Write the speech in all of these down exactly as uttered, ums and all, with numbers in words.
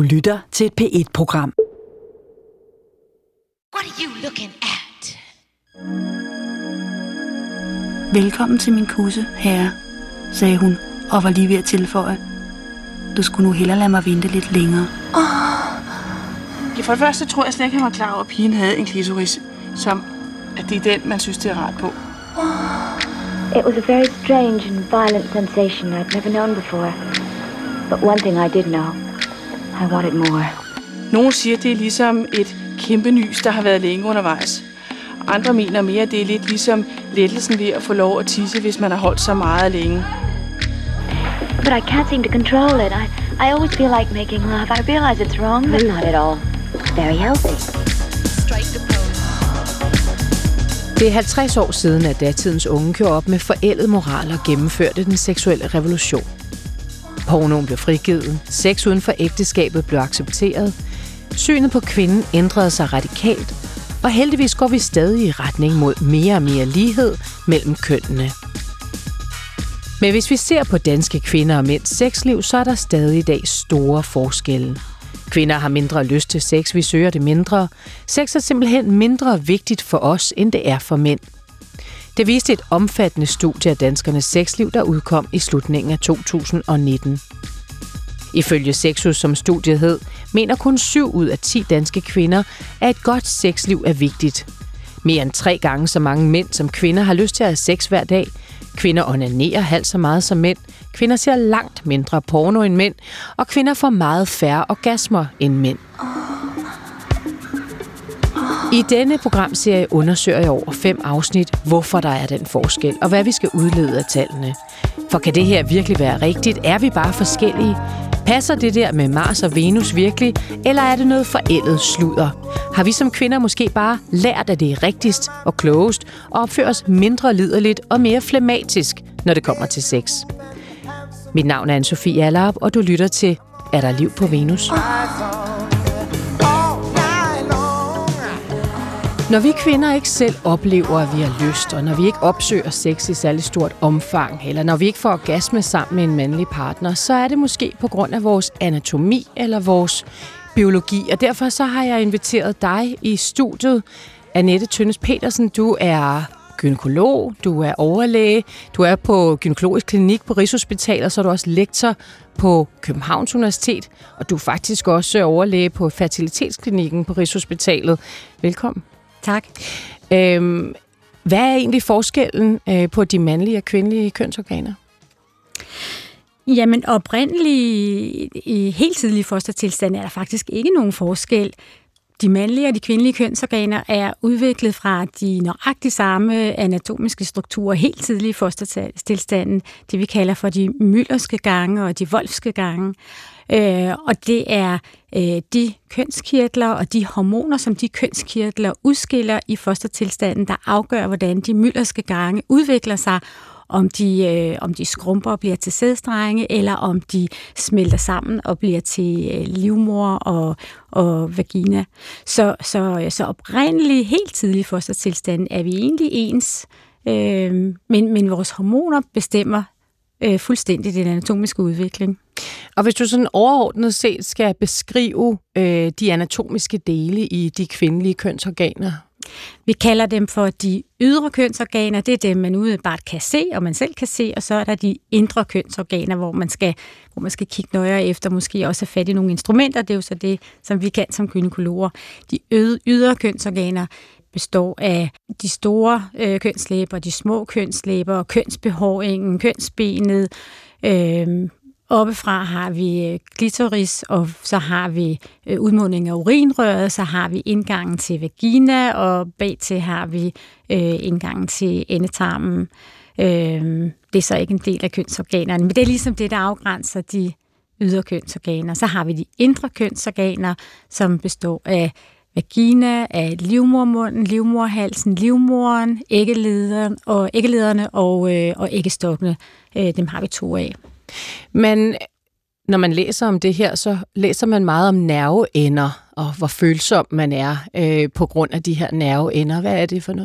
Du lytter til et P et program. What are you looking at? Velkommen til min kusse, herre, sagde hun, og var lige ved at tilføje. Du skulle nu hellere lade mig vente lidt længere. Oh. Ja, for det første tror jeg slet ikke, han var klar over, at pigen havde en klitoris, som at det er den, man synes, det er rart på. Oh. It was a very strange and violent sensation I'd never known before. But one thing I did know. I wanted more. Nogle siger, det er ligesom et kæmpe nys, der har været længe undervejs. Andre mener mere, at det er lidt ligesom lettelsen ved at få lov at tisse, hvis man har holdt så meget længe. But I can't seem to control it. I, I always feel like making love. I realize it's wrong, but not at all. Very healthy. Det er halvtreds år siden, at datidens unge gjorde op med forældet moral og gennemførte den seksuelle revolution. Pornoen blev frigivet, sex uden for ægteskabet blev accepteret, synet på kvinden ændrede sig radikalt, og heldigvis går vi stadig i retning mod mere og mere lighed mellem kønnene. Men hvis vi ser på danske kvinder og mænds sexliv, så er der stadig i dag store forskelle. Kvinder har mindre lyst til sex, vi søger det mindre. Sex er simpelthen mindre vigtigt for os, end det er for mænd. Det viste et omfattende studie af danskernes sexliv, der udkom i slutningen af to tusind og nitten. Ifølge Sexus, som studiet hed, mener kun syv ud af ti danske kvinder, at et godt sexliv er vigtigt. Mere end tre gange så mange mænd som kvinder har lyst til at have sex hver dag. Kvinder onanerer halvt så meget som mænd. Kvinder ser langt mindre porno end mænd. Og kvinder får meget færre orgasmer end mænd. I denne programserie undersøger jeg over fem afsnit, hvorfor der er den forskel, og hvad vi skal udlede af tallene. For kan det her virkelig være rigtigt? Er vi bare forskellige? Passer det der med Mars og Venus virkelig, eller er det noget forældet sludder? Har vi som kvinder måske bare lært, at det er rigtigst og klogest, og opfører os mindre liderligt og mere flematisk, når det kommer til sex? Mit navn er Anne-Sophie Allerup, og du lytter til Er der liv på Venus? Når vi kvinder ikke selv oplever, at vi har lyst, og når vi ikke opsøger sex i særlig stort omfang, eller når vi ikke får orgasme sammen med en mandlig partner, så er det måske på grund af vores anatomi eller vores biologi. Og derfor så har jeg inviteret dig i studiet, Annette Tønnes Petersen. Du er gynekolog, du er overlæge, du er på gynækologisk klinik på Rigshospitalet, og så er du også lektor på Københavns Universitet, og du er faktisk også overlæge på fertilitetsklinikken på Rigshospitalet. Velkommen. Tak. Øhm, hvad er egentlig forskellen øh, på de mandlige og kvindelige kønsorganer? Jamen oprindeligt i helt tidlige fostertilstande er der faktisk ikke nogen forskel. De mandlige og de kvindelige kønsorganer er udviklet fra de nøjagtigt samme anatomiske strukturer helt tidlige fostertilstanden, det vi kalder for de müllerske gange og de wolfske gange. Øh, og det er øh, de kønskirtler og de hormoner, som de kønskirtler udskiller i fostertilstanden, der afgør, hvordan de müllerske gange udvikler sig, om de, øh, om de skrumper og bliver til sædstrenge, eller om de smelter sammen og bliver til øh, livmor og, og vagina. Så, så, så oprindeligt, helt tidlig fostertilstanden er vi egentlig ens, øh, men, men vores hormoner bestemmer øh, fuldstændig den anatomiske udvikling. Og hvis du sådan overordnet set skal beskrive øh, de anatomiske dele i de kvindelige kønsorganer? Vi kalder dem for de ydre kønsorganer. Det er dem, man umiddelbart kan se, og man selv kan se. Og så er der de indre kønsorganer, hvor man skal, hvor man skal kigge nøjere efter, måske også have fat i nogle instrumenter. Det er jo så det, som vi kan som gynækologer. De ydre kønsorganer består af de store øh, kønslæber, de små kønslæber, kønsbehåringen, kønsbenet. Øh, Oppefra har vi klitoris, og så har vi udmunding af urinrøret, så har vi indgangen til vagina, og bagtil har vi øh, indgangen til endetarmen. Øh, det er så ikke en del af kønsorganerne, men det er ligesom det, der afgrænser de ydre kønsorganer. Så har vi de indre kønsorganer, som består af vagina, af livmormunden, livmorhalsen, livmoren, æggelederen og æggelederne og, øh, og æggestokkene. Øh, dem har vi to af. Men når man læser om det her, så læser man meget om nerveender, og hvor følsom man er øh, på grund af de her nerveender. Hvad er det for noget?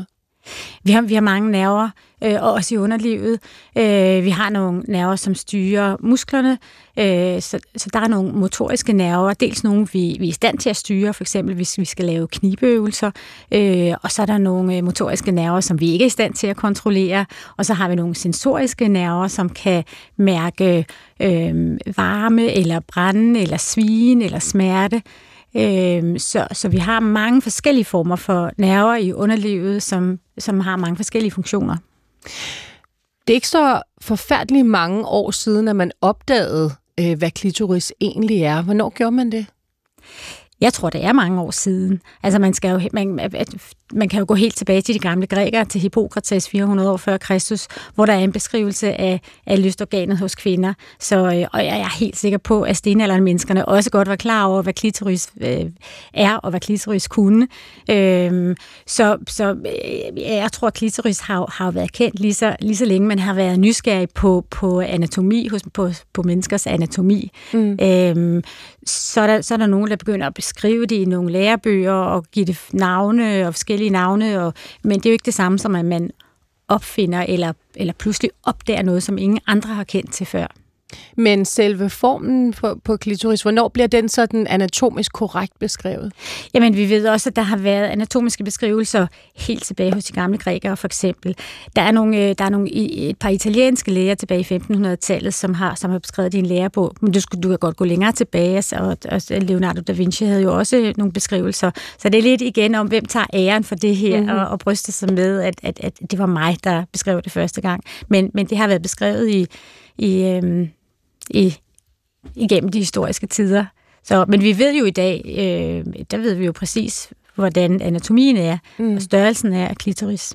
Vi har, vi har mange nerver, øh, og også i underlivet. Øh, vi har nogle nerver, som styrer musklerne, øh, så, så der er nogle motoriske nerver. Dels nogle, vi, vi er i stand til at styre, for eksempel hvis vi skal lave knibeøvelser. Øh, og så er der nogle motoriske nerver, som vi ikke er i stand til at kontrollere. Og så har vi nogle sensoriske nerver, som kan mærke øh, varme, eller brænde, eller svien, eller smerte. Så, så vi har mange forskellige former for nerver i underlivet, som, som har mange forskellige funktioner. Det er ikke så forfærdeligt mange år siden, at man opdagede, hvad klitoris egentlig er. Hvornår gjorde man det? Jeg tror, det er mange år siden. Altså, man, skal jo, man, man kan jo gå helt tilbage til de gamle grækere, til Hippokrates fire hundrede år før Kristus, hvor der er en beskrivelse af, af lystorganet hos kvinder. Så, og jeg er helt sikker på, at stenalderen menneskerne også godt var klar over, hvad klitoris øh, er, og hvad klitoris kunne. Øhm, så så øh, jeg tror, at klitoris har, har været kendt lige så, lige så længe, man har været nysgerrig på, på anatomi, hos, på, på menneskers anatomi. Mm. Øhm, så, er der, så er der nogen, der begynder at beskrive det i nogle lærebøger og give det navne og forskellige navne, og, men det er jo ikke det samme som, at man opfinder eller, eller pludselig opdager noget, som ingen andre har kendt til før. Men selve formen på, på klitoris, hvornår bliver den sådan anatomisk korrekt beskrevet? Jamen, vi ved også, at der har været anatomiske beskrivelser helt tilbage hos de gamle grækere, for eksempel. Der er, nogle, der er nogle, et par italienske læger tilbage i femtenhundredetallet, som har, som har beskrevet det i en lærebog. Men du, du kan godt gå længere tilbage, og, og Leonardo da Vinci havde jo også nogle beskrivelser. Så det er lidt igen om, hvem tager æren for det her, mm-hmm. og, og bryster sig med, at, at, at det var mig, der beskrev det første gang. Men, men det har været beskrevet i i, øhm, i igennem de historiske tider. Så, men vi ved jo i dag, øh, der ved vi jo præcis, hvordan anatomien er, mm. og størrelsen er af klitoris.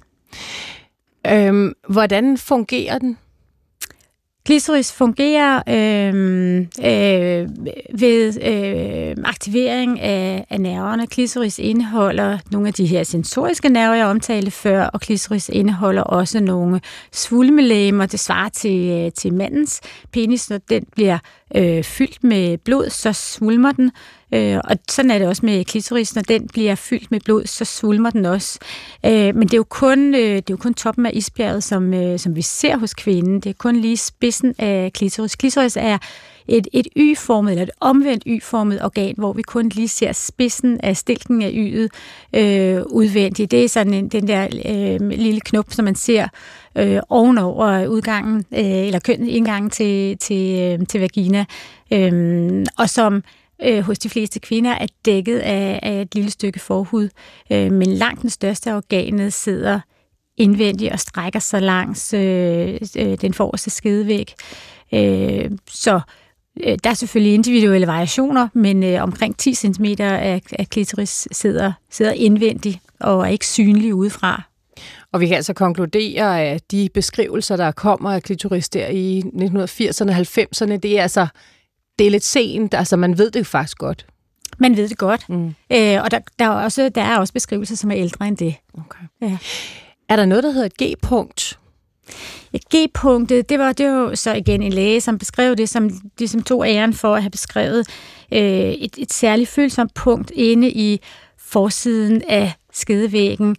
Øhm, hvordan fungerer den? Klitoris fungerer øh, øh, ved øh, aktivering af, af nerverne. Klitoris indeholder nogle af de her sensoriske nerver, jeg omtalte før, og klitoris indeholder også nogle svulmelægemer. Det svarer til, til mandens penis. Når den bliver øh, fyldt med blod, så svulmer den. Øh, og sådan er det også med klitoris. Når den bliver fyldt med blod, så svulmer den også. Øh, men det er jo kun, øh, det er jo kun toppen af isbjerget, som, øh, som vi ser hos kvinden. Det er kun lige spidsen af klitoris. Klitoris er et, et y-formet, eller et omvendt y-formet organ, hvor vi kun lige ser spidsen af stilken af y'et øh, udvendigt. Det er sådan en, den der øh, lille knop, som man ser øh, ovenover udgangen, øh, eller kønsindgangen til, til, øh, til vagina, øh, og som øh, hos de fleste kvinder er dækket af, af et lille stykke forhud, øh, men langt den største af organet sidder indvendigt og strækker sig langs øh, øh, den forreste skedevæg. Øh, så øh, der er selvfølgelig individuelle variationer, men øh, omkring ti centimeter af, af klitoris sidder, sidder indvendigt og er ikke synlig udefra. Og vi kan altså konkludere, at de beskrivelser, der kommer af klitoris der i nitten firserne og halvfemserne, det er altså det er lidt sent, altså man ved det faktisk godt. Man ved det godt, mm. øh, og der, der, er også, der er også beskrivelser, som er ældre end det. Okay. Ja. Er der noget, der hedder et G-punkt? Ja, G-punktet, det var, det var jo så igen en læge, som beskrev det, som, det, som tog æren for at have beskrevet øh, et, et særligt følsomt punkt inde i forsiden af skedevæggen.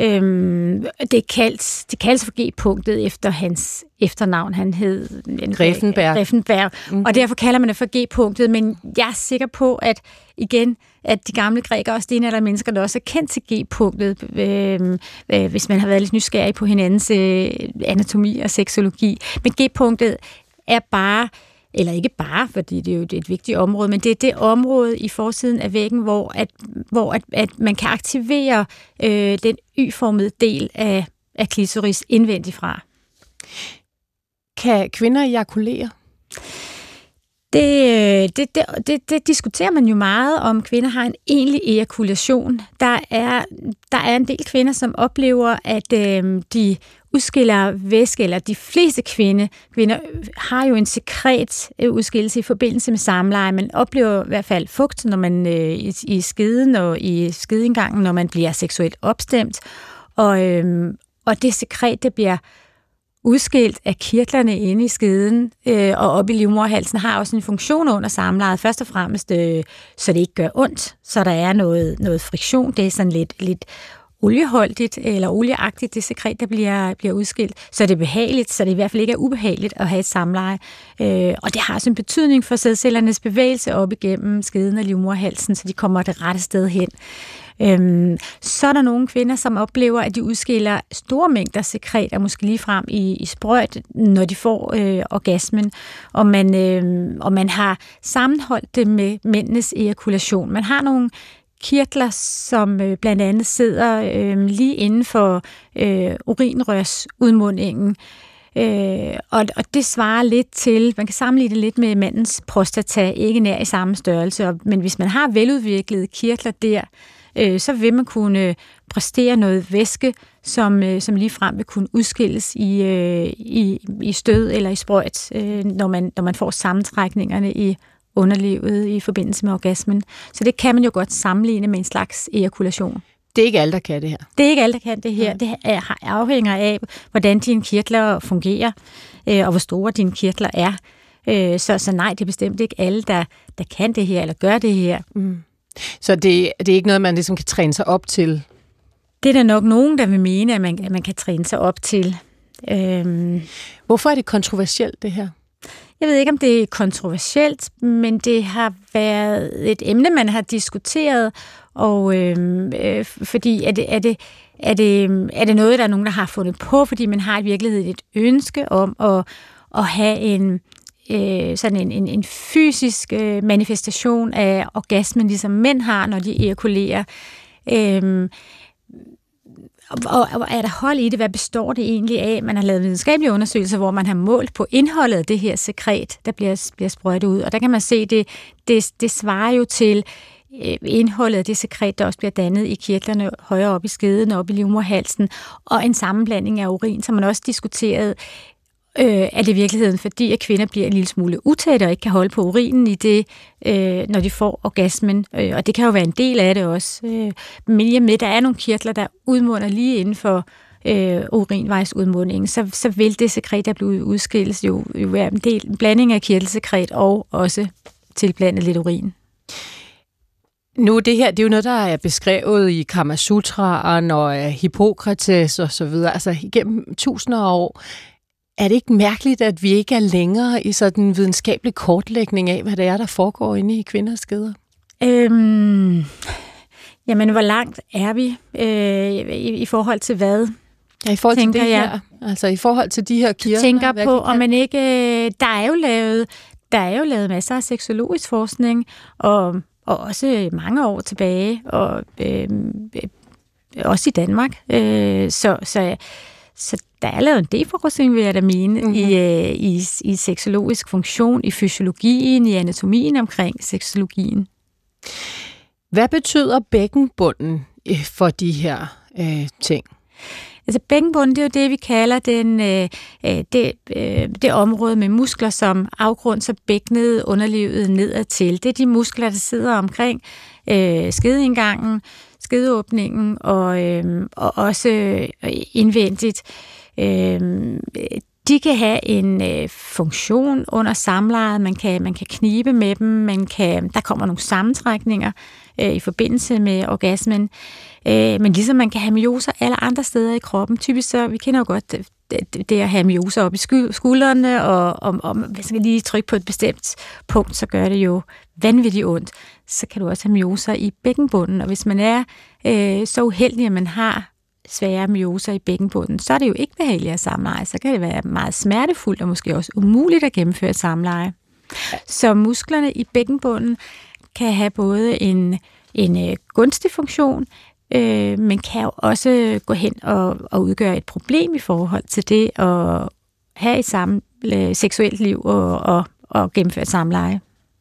Øhm, det kaldes det kaldes for G-punktet efter hans efternavn. Han hed Greffenberg. Greffenberg. Mm. Og derfor kalder man det for G-punktet. Men jeg er sikker på, at igen, at de gamle grækere og stenaldermennesker der også er kendt til G-punktet, øh, øh, hvis man har været lidt nysgerrig på hinandens øh, anatomi og seksologi. Men G-punktet er bare eller ikke bare, fordi det er jo et, et vigtigt område, men det er det område i forsiden af væggen, hvor, at, hvor at, at man kan aktivere øh, den y-formede del af, af klitoris indvendigt fra. Kan kvinder ejakulere? Det, det, det, det, det diskuterer man jo meget, om kvinder har en egentlig ejakulation. Der er, der er en del kvinder, som oplever, at øh, de udskiller væske, eller de fleste kvinde, kvinder har jo en sekret udskillelse i forbindelse med samleje. Man oplever i hvert fald fugt, når man øh, i, i skeden og i skedeindgangen, når man bliver seksuelt opstemt. Og, øh, og det sekret, det bliver udskilt af kirtlerne inde i skeden øh, og op i livmoderhalsen, har også en funktion under samlejet. Først og fremmest, øh, så det ikke gør ondt, så der er noget, noget friktion. Det er sådan lidt, lidt olieholdigt eller olieagtigt, det sekret, der bliver, bliver udskilt, så det er behageligt, så det i hvert fald ikke er ubehageligt at have et samleje. Øh, og det har også en betydning for sædcellernes bevægelse op igennem skeden og livmoderhalsen, så de kommer det rette sted hen. Øhm, så er der nogle kvinder, som oplever, at de udskiller store mængder sekret, og måske lige frem i, i sprøjt, når de får øh, orgasmen, og man, øh, og man har sammenholdt det med mændenes ejakulation. Man har nogle kirtler, som øh, blandt andet sidder øh, lige inden for øh, urinrørsudmundingen, Øh, og, og det svarer lidt til, man kan sammenligne det lidt med mandens prostata, ikke nær i samme størrelse, og, men hvis man har veludviklede kirtler der, øh, så vil man kunne præstere noget væske, som, øh, som ligefrem vil kunne udskilles i, øh, i, i stød eller i sprøjt, øh, når, man, når man får sammentrækningerne i underlivet i forbindelse med orgasmen. Så det kan man jo godt sammenligne med en slags ejakulation. Det er ikke alle, der kan det her. Det er ikke alle, der kan det her. Det afhænger af, hvordan dine kirtler fungerer, og hvor store dine kirtler er. Så, så nej, det er bestemt ikke alle, der, der kan det her, eller gør det her. Mm. Så det, det er ikke noget, man ligesom kan træne sig op til? Det er der nok nogen, der vil mene, at man, at man kan træne sig op til. Øhm. Hvorfor er det kontroversielt, det her? Jeg ved ikke, om det er kontroversielt, men det har været et emne, man har diskuteret, og øh, øh, fordi er det, er, det, er, det, er det noget, der er nogen, der har fundet på, fordi man har i virkeligheden et ønske om at, at have en, øh, sådan en, en, en fysisk øh, manifestation af orgasmen, ligesom mænd har, når de ejakulerer. Øh, Og, og er der hold i det? Hvad består det egentlig af? Man har lavet videnskabelige undersøgelser, hvor man har målt på indholdet af det her sekret, der bliver, bliver sprøjtet ud. Og der kan man se, det, det, det svarer jo til øh, indholdet af det sekret, der også bliver dannet i kirtlerne højere op i skeden og op i livmoderhalsen, og en sammenblanding af urin, som man også diskuterede. Øh, er det i virkeligheden, fordi at kvinder bliver en lille smule utætte og ikke kan holde på urinen i det, øh, når de får orgasmen. Øh, og det kan jo være en del af det også. Øh, men i og med, der er nogle kirtler, der udmunder lige inden for øh, urinvejsudmundingen, så, så vil det sekret, der bliver udskilles, jo, jo være en del en blanding af kirtelsekret og også tilblandet lidt urin. Nu, det her, det er jo noget, der er beskrevet i Kamasutraen og Hippokrates og så videre, altså igennem tusinder af år. Er det ikke mærkeligt, at vi ikke er længere i sådan en videnskabelig kortlægning af, hvad det er, der foregår inde i kvinders skeder? Øhm, jamen, hvor langt er vi øh, i, i forhold til hvad? Ja, i forhold til det jeg? her. Altså i forhold til de her kirtler. Du tænker på, om man ikke... Der er jo lavet, der er jo lavet masser af seksologisk forskning, og, og også mange år tilbage, og øh, også i Danmark. Øh, så... så Så der er lavet en del forskning, vil jeg da mene, mm-hmm. i, i, i seksologisk funktion, i fysiologien, i anatomien omkring seksologien. Hvad betyder bækkenbunden for de her øh, ting? Altså bækkenbunden, det er jo det, vi kalder den, øh, det, øh, det område med muskler, som afgrunds- og bækkenet underlivet nedad til. Det er de muskler, der sidder omkring øh, skedeindgangen, skedeåbningen og, øh, og også indvendigt. Øh, de kan have en øh, funktion under samlejet. Man kan, man kan knibe med dem. Man kan, der kommer nogle sammentrækninger øh, i forbindelse med orgasmen. Øh, men ligesom man kan have myoser alle andre steder i kroppen. Typisk så, vi kender jo godt det, det at have myoser op i skuldrene, og om, om hvis man lige trykke på et bestemt punkt, så gør det jo vanvittigt ondt. Så kan du også have myoser i bækkenbunden, og hvis man er øh, så uheldig, at man har svære myoser i bækkenbunden, så er det jo ikke behageligt at samleje. Så kan det være meget smertefuldt og måske også umuligt at gennemføre et samleje. Så musklerne i bækkenbunden kan have både en, en øh, gunstig funktion, øh, men kan jo også gå hen og, og udgøre et problem i forhold til det at have et samme, øh, seksuelt liv og, og, og gennemføre et samleje.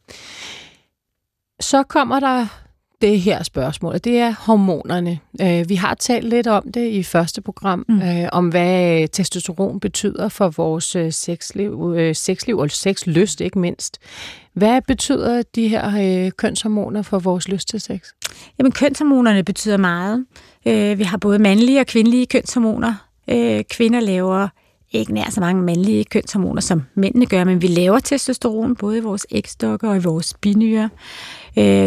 Så kommer der det her spørgsmål, og det er hormonerne. Vi har talt lidt om det i første program, mm. øh, om hvad testosteron betyder for vores sexliv, øh, sexliv og sexlyst, ikke mindst. Hvad betyder de her øh, kønshormoner for vores lyst til sex? Jamen, kønshormonerne betyder meget. Øh, vi har både mandlige og kvindelige kønshormoner. Øh, kvinder laver ikke nær så mange mandlige kønshormoner, som mændene gør, men vi laver testosteron både i vores ægstokke og i vores binyrer. Øh,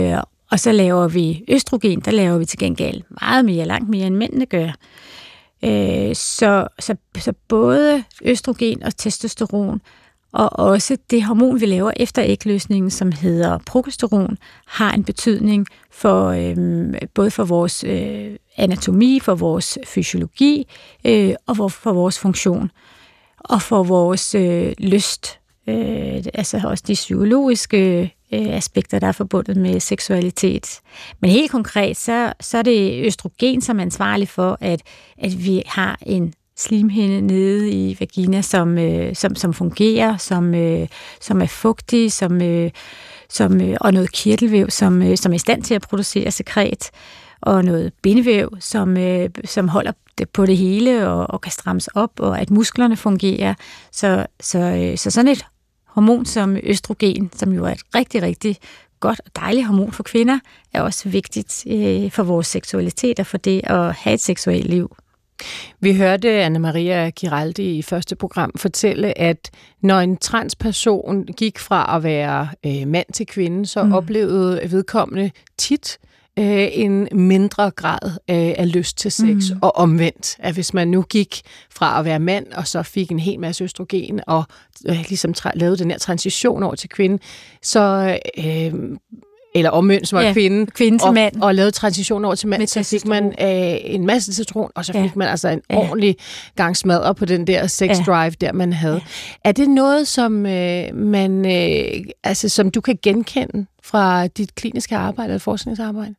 Og så laver vi østrogen, der laver vi til gengæld meget mere, langt mere end mændene gør. Øh, så, så, så både østrogen og testosteron, og også det hormon, vi laver efter ægløsningen, som hedder progesteron, har en betydning for øh, både for vores øh, anatomi, for vores fysiologi øh, og for, for vores funktion og for vores øh, lyst. Øh, altså også de psykologiske øh, aspekter, der er forbundet med seksualitet. Men helt konkret, så, så er det østrogen, som er ansvarlig for, at, at vi har en slimhinde nede i vagina, som, øh, som, som fungerer, som, øh, som er fugtig, som, øh, som, øh, og noget kirtelvæv, som, øh, som er i stand til at producere sekret, og noget bindevæv, som, øh, som holder det på det hele og, og kan strammes op, og at musklerne fungerer. Så, så, øh, så sådan et hormon som østrogen, som jo er et rigtig, rigtig godt og dejligt hormon for kvinder, er også vigtigt øh, for vores seksualitet og for det at have et seksuelt liv. Vi hørte Anna-Maria Giraldi i første program fortælle, at når en transperson gik fra at være øh, mand til kvinde, så mm. oplevede vedkommende tit øh, en mindre grad øh, af lyst til sex, mm. og omvendt. At hvis man nu gik fra at være mand, og så fik en hel masse østrogen, og øh, ligesom tra- lavede den her transition over til kvinde, så... Øh, eller omvendt, som var ja, kvinde, kvinde og, mand. og lavede transition over til mand, så fik man øh, en masse testosteron, og så fik ja. man altså en ja. ordentlig gang smadre på den der sex drive, ja. der man havde. Ja. Er det noget, som øh, man, øh, altså, som du kan genkende fra dit kliniske arbejde eller forskningsarbejde?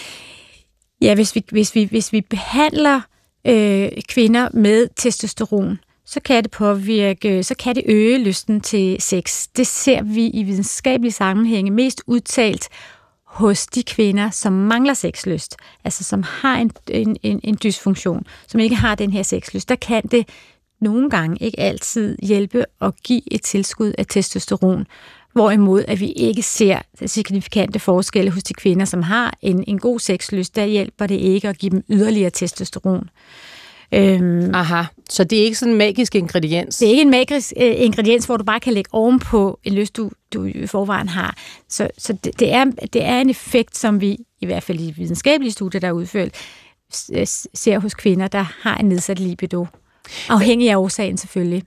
Ja, hvis vi, hvis vi, hvis vi behandler øh, kvinder med testosteron, så kan det påvirke, så kan det øge lysten til sex. Det ser vi i videnskabelige sammenhænge mest udtalt hos de kvinder, som mangler sexlyst, altså som har en, en, en, en dysfunktion, som ikke har den her sexlyst. Der kan det nogle gange ikke altid hjælpe at give et tilskud af testosteron, hvorimod at vi ikke ser signifikante forskelle hos de kvinder, som har en, en god sexlyst. Der hjælper det ikke at give dem yderligere testosteron. Øhm, Aha, så det er ikke sådan en magisk ingrediens? Det er ikke en magisk øh, ingrediens, hvor du bare kan lægge ovenpå en lyst, du, du i forvejen har. Så, så det, det, er, det er en effekt, som vi, i hvert fald i videnskabelige studier, der er udført, ser hos kvinder, der har en nedsat libido. Afhængig af årsagen selvfølgelig.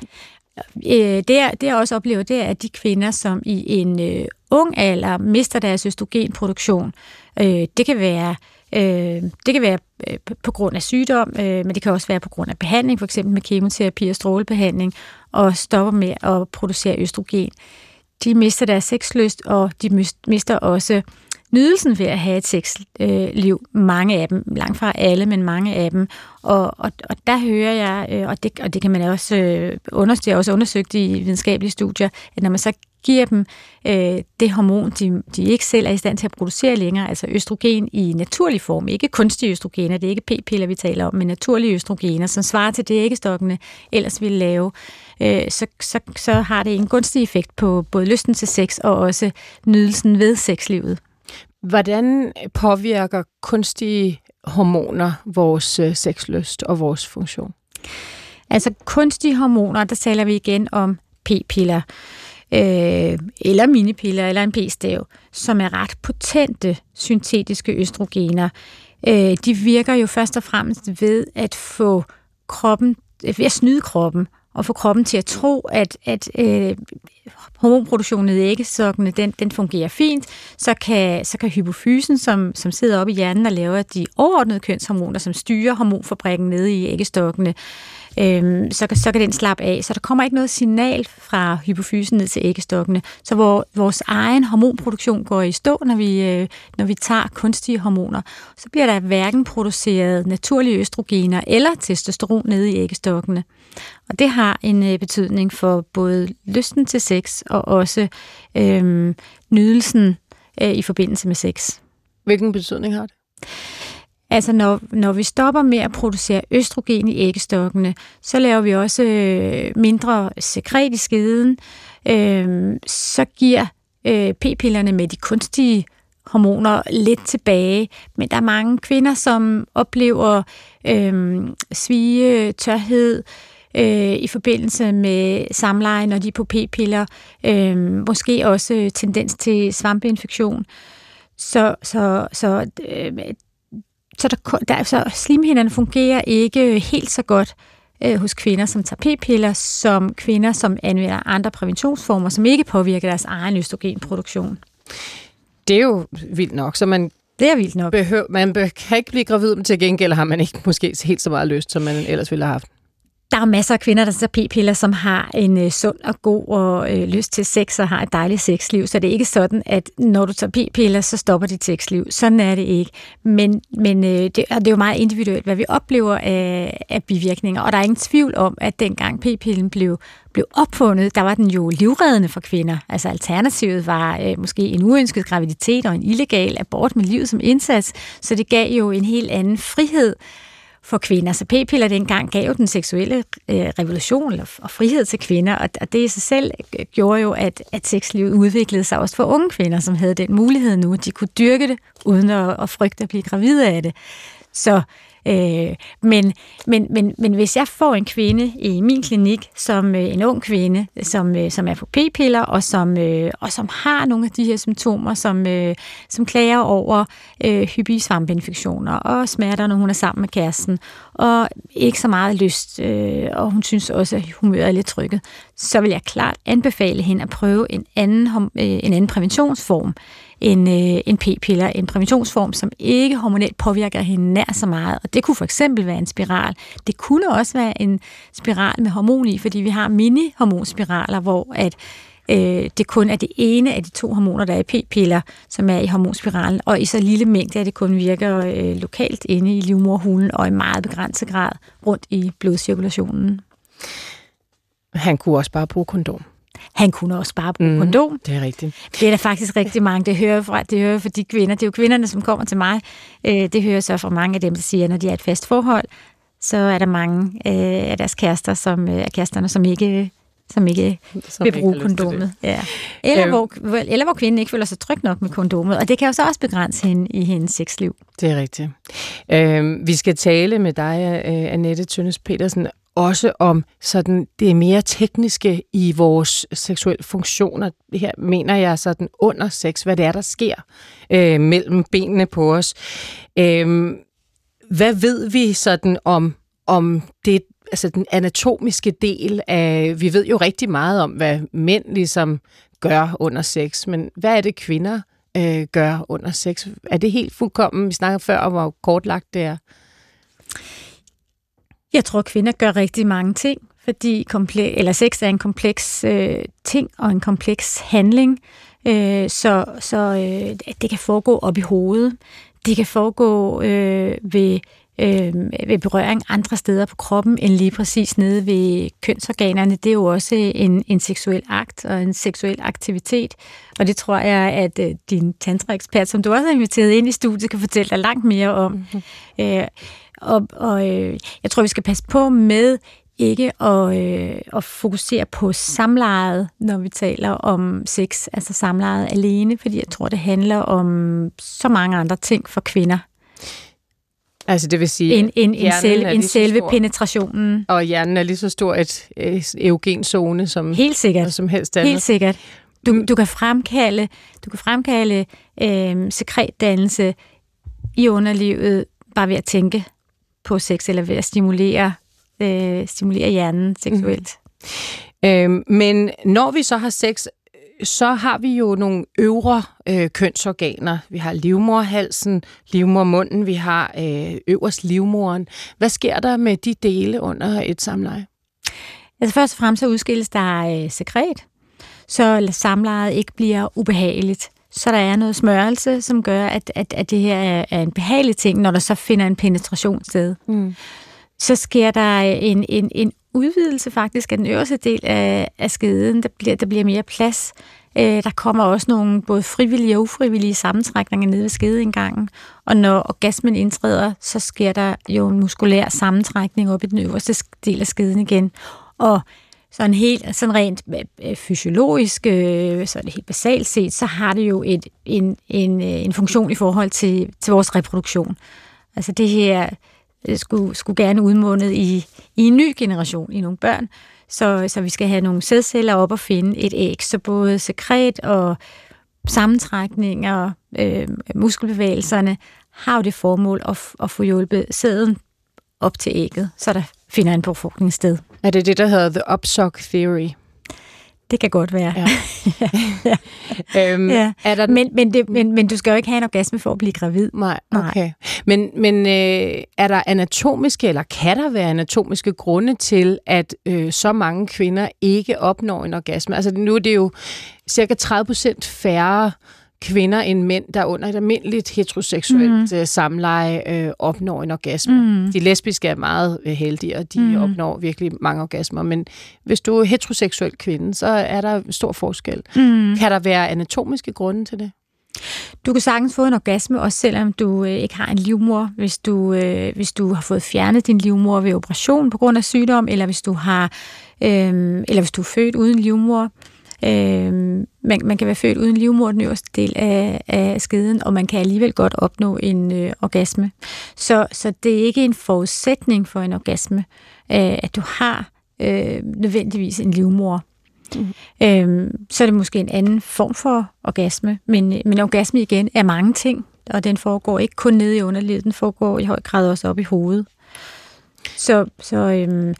Øh, det, jeg, det jeg også oplever, det er, at de kvinder, som i en øh, ung alder mister deres østrogenproduktion, øh, det kan være Øh, det kan være øh, på grund af sygdom, øh, men det kan også være på grund af behandling, for eksempel med kemoterapi og strålebehandling, og stopper med at producere østrogen. De mister deres sexlyst, og de mister også nydelsen ved at have et sexliv. Øh, mange af dem, langt fra alle, men mange af dem. Og, og, og der hører jeg, øh, og, det, og det kan man også øh, undersøge, også undersøgt i videnskabelige studier, at når man så giver dem øh, det hormon, de, de ikke selv er i stand til at producere længere, altså østrogen i naturlig form, ikke kunstige østrogener, det er ikke p-piller, vi taler om, men naturlige østrogener, som svarer til det æggestokkene ellers ville lave, øh, så, så, så har det en gunstig effekt på både lysten til sex og også nydelsen ved sexlivet. Hvordan påvirker kunstige hormoner vores øh, sexlyst og vores funktion? Altså kunstige hormoner, der taler vi igen om p-piller, øh, eller minipiller, eller en p-stav, som er ret potente syntetiske østrogener. Øh, de virker jo først og fremmest ved at få kroppen, ved at snyde kroppen, og få kroppen til at tro, at, at øh, hormonproduktionen i æggestokkene, den, den fungerer fint, så kan, så kan hypofysen, som, som sidder oppe i hjernen og laver de overordnede kønshormoner, som styrer hormonfabrikken nede i æggestokkene, øhm, så, så kan den slappe af. Så der kommer ikke noget signal fra hypofysen ned til æggestokkene. Så hvor vores egen hormonproduktion går i stå, når vi, øh, når vi tager kunstige hormoner, så bliver der hverken produceret naturlige østrogener eller testosteron nede i æggestokkene. Og det har en øh, betydning for både lysten til sex og også øh, nydelsen øh, i forbindelse med sex. Hvilken betydning har det? Altså når, når vi stopper med at producere østrogen i æggestokkene, så laver vi også øh, mindre sekret i skeden. Øh, så giver øh, p-pillerne med de kunstige hormoner lidt tilbage, men der er mange kvinder, som oplever øh, svie, tørhed, øh, i forbindelse med samleje, når de er på p-piller, øh, måske også tendens til svampeinfektion. Så, så, så, øh, så, der, der, så slimhinderne fungerer ikke helt så godt øh, hos kvinder, som tager p-piller, som kvinder, som anvender andre præventionsformer, som ikke påvirker deres egen østrogenproduktion. Det er jo vildt nok, så man Det er vildt nok. behøver, man be- kan ikke blive gravid, men til gengæld har man ikke måske helt så meget lyst, som man ellers ville have haft. Der er masser af kvinder, der tager p-piller, som har en øh, sund og god og øh, lyst til sex og har et dejligt sexliv. Så det er ikke sådan, at når du tager p-piller, så stopper dit sexliv. Sådan er det ikke. Men, men øh, det, det er jo meget individuelt, hvad vi oplever af, af bivirkninger. Og der er ingen tvivl om, at dengang p-pillen blev, blev opfundet, der var den jo livreddende for kvinder. Altså alternativet var øh, måske en uønsket graviditet og en illegal abort med livet som indsats. Så det gav jo en helt anden frihed for kvinder. Så p-piller dengang gav jo den seksuelle øh, revolution og frihed til kvinder, og, og det i sig selv gjorde jo, at, at sexlivet udviklede sig også for unge kvinder, som havde den mulighed nu, at de kunne dyrke det, uden at, at frygte at blive gravide af det. Så Øh, men, men, men, men hvis jeg får en kvinde i min klinik, som øh, en ung kvinde, som, øh, som er på p-piller, og som, øh, og som har nogle af de her symptomer, som, øh, som klager over øh, hyppige svampeinfektioner og smerter, når hun er sammen med kæresten, og ikke så meget lyst, øh, og hun synes også, at humøret er lidt trykket, så vil jeg klart anbefale hende at prøve en anden, øh, en anden præventionsform, En, øh, en p-piller, en præventionsform, som ikke hormonelt påvirker hende nær så meget. Og det kunne for eksempel være en spiral. Det kunne også være en spiral med hormon i, fordi vi har mini-hormonspiraler, hvor at, øh, det kun er det ene af de to hormoner, der er i p-piller, som er i hormonspiralen, og i så lille mængde, at det kun virker øh, lokalt inde i livmoderhulen og i meget begrænset grad rundt i blodcirkulationen. Han kunne også bare bruge kondom. Han kunne også bare bruge mm, kondom. Det er rigtigt. Det er der faktisk rigtig mange, det hører fra, det hører fra de kvinder. Det er jo kvinderne, som kommer til mig. Det hører så fra mange af dem, der siger, at når de er et fast forhold, så er der mange af deres kærester, som er kæresterne, som ikke, som ikke som vil bruge kondomet. Ja. Eller, øh, hvor, eller hvor kvinden ikke føler sig tryg nok med kondomet. Og det kan jo så også begrænse hende i hendes sexliv. Det er rigtigt. Øh, vi skal tale med dig, Annette Tønnes Petersen, også om sådan det mere tekniske i vores seksuelle funktioner. Her mener jeg sådan under sex, hvad det er, der sker øh, mellem benene på os. Øh, hvad ved vi sådan om, om det, altså den anatomiske del af, vi ved jo rigtig meget om, hvad mænd ligesom gør under sex, men hvad er det, kvinder øh, gør under sex? Er det helt fuldkommen, vi snakker før om, hvor kortlagt det er? Jeg tror, kvinder gør rigtig mange ting, fordi komple- eller sex er en kompleks øh, ting og en kompleks handling, øh, så, så øh, det kan foregå op i hovedet. Det kan foregå øh, ved, øh, ved berøring andre steder på kroppen, end lige præcis nede ved kønsorganerne. Det er jo også en, en seksuel akt og en seksuel aktivitet, og det tror jeg, at øh, din tantraekspert, som du også har inviteret ind i studiet, kan fortælle dig langt mere om. Mm-hmm. Øh, Og, og øh, jeg tror, vi skal passe på med ikke at, øh, at fokusere på samlejet, når vi taler om sex, altså samlejet alene, fordi jeg tror, det handler om så mange andre ting for kvinder. Altså det vil sige, en, en, en, selv, en selve stor, penetrationen. Og hjernen er lige så stor et, et erogen zone som, helt sikkert. som helst andet. Helt sikkert. Du, du kan fremkalde, du kan fremkalde øh, sekretdannelse i underlivet bare ved at tænke på sex, eller ved at stimulere, øh, stimulere hjernen seksuelt. Mm. Øhm, men når vi så har sex, så har vi jo nogle øvre øh, kønsorganer. Vi har livmoderhalsen, livmodermunden, vi har øh, øverst livmoderen. Hvad sker der med de dele under et samleje? Altså først og fremmest så udskilles der øh, sekret, så samlejet ikke bliver ubehageligt. Så der er noget smørelse, som gør, at, at, at det her er en behagelig ting, når der så finder en penetration sted. Mm. Så sker der en, en, en udvidelse faktisk af den øverste del af, af skeden. Der bliver, der bliver mere plads. Øh, der kommer også nogle både frivillige og ufrivillige sammentrækninger nede ved skedeindgangen. Og når orgasmen indtræder, så sker der jo en muskulær sammentrækning op i den øverste del af skeden igen. Og sådan helt, sådan rent fysiologisk, sådan helt basalt set, så har det jo et, en, en, en funktion i forhold til, til vores reproduktion. Altså det her skulle, skulle gerne udmundet i, i en ny generation, i nogle børn, så, så vi skal have nogle sædceller op og finde et æg, så både sekret og sammentrækninger øh, muskelbevægelserne, har jo det formål at, at få hjulpet sæden op til ægget, så der finder en befrugtning sted. Er det det, der hedder the upsuck theory? Det kan godt være. Ja. ja. øhm, ja. Er der... men, men, det, men, men du skal jo ikke have en orgasme for at blive gravid. Nej, okay. Nej. Men, men øh, er der anatomiske, eller kan der være anatomiske grunde til, at øh, så mange kvinder ikke opnår en orgasme? Altså nu er det jo cirka tredive procent færre kvinder end mænd, der under et almindeligt heteroseksuelt mm. samleje øh, opnår en orgasme. Mm. De lesbiske er meget øh, heldige, og de mm. opnår virkelig mange orgasmer. Men hvis du er heteroseksuel kvinde, så er der stor forskel. Mm. Kan der være anatomiske grunde til det? Du kan sagtens få en orgasme, også selvom du øh, ikke har en livmor. Hvis du, øh, hvis du har fået fjernet din livmor ved operation på grund af sygdom, eller hvis du har, øh, eller hvis du er født uden livmor. Øh, man, man kan være født uden livmor, den øverste del af, af skeden, og man kan alligevel godt opnå en øh, orgasme. Så, så det er ikke en forudsætning for en orgasme, øh, at du har øh, nødvendigvis en livmor. Mm. Øh, så er det måske en anden form for orgasme, men, men orgasme igen er mange ting, og den foregår ikke kun nede i underlivet, den foregår i høj grad også op i hovedet. Så, så øh,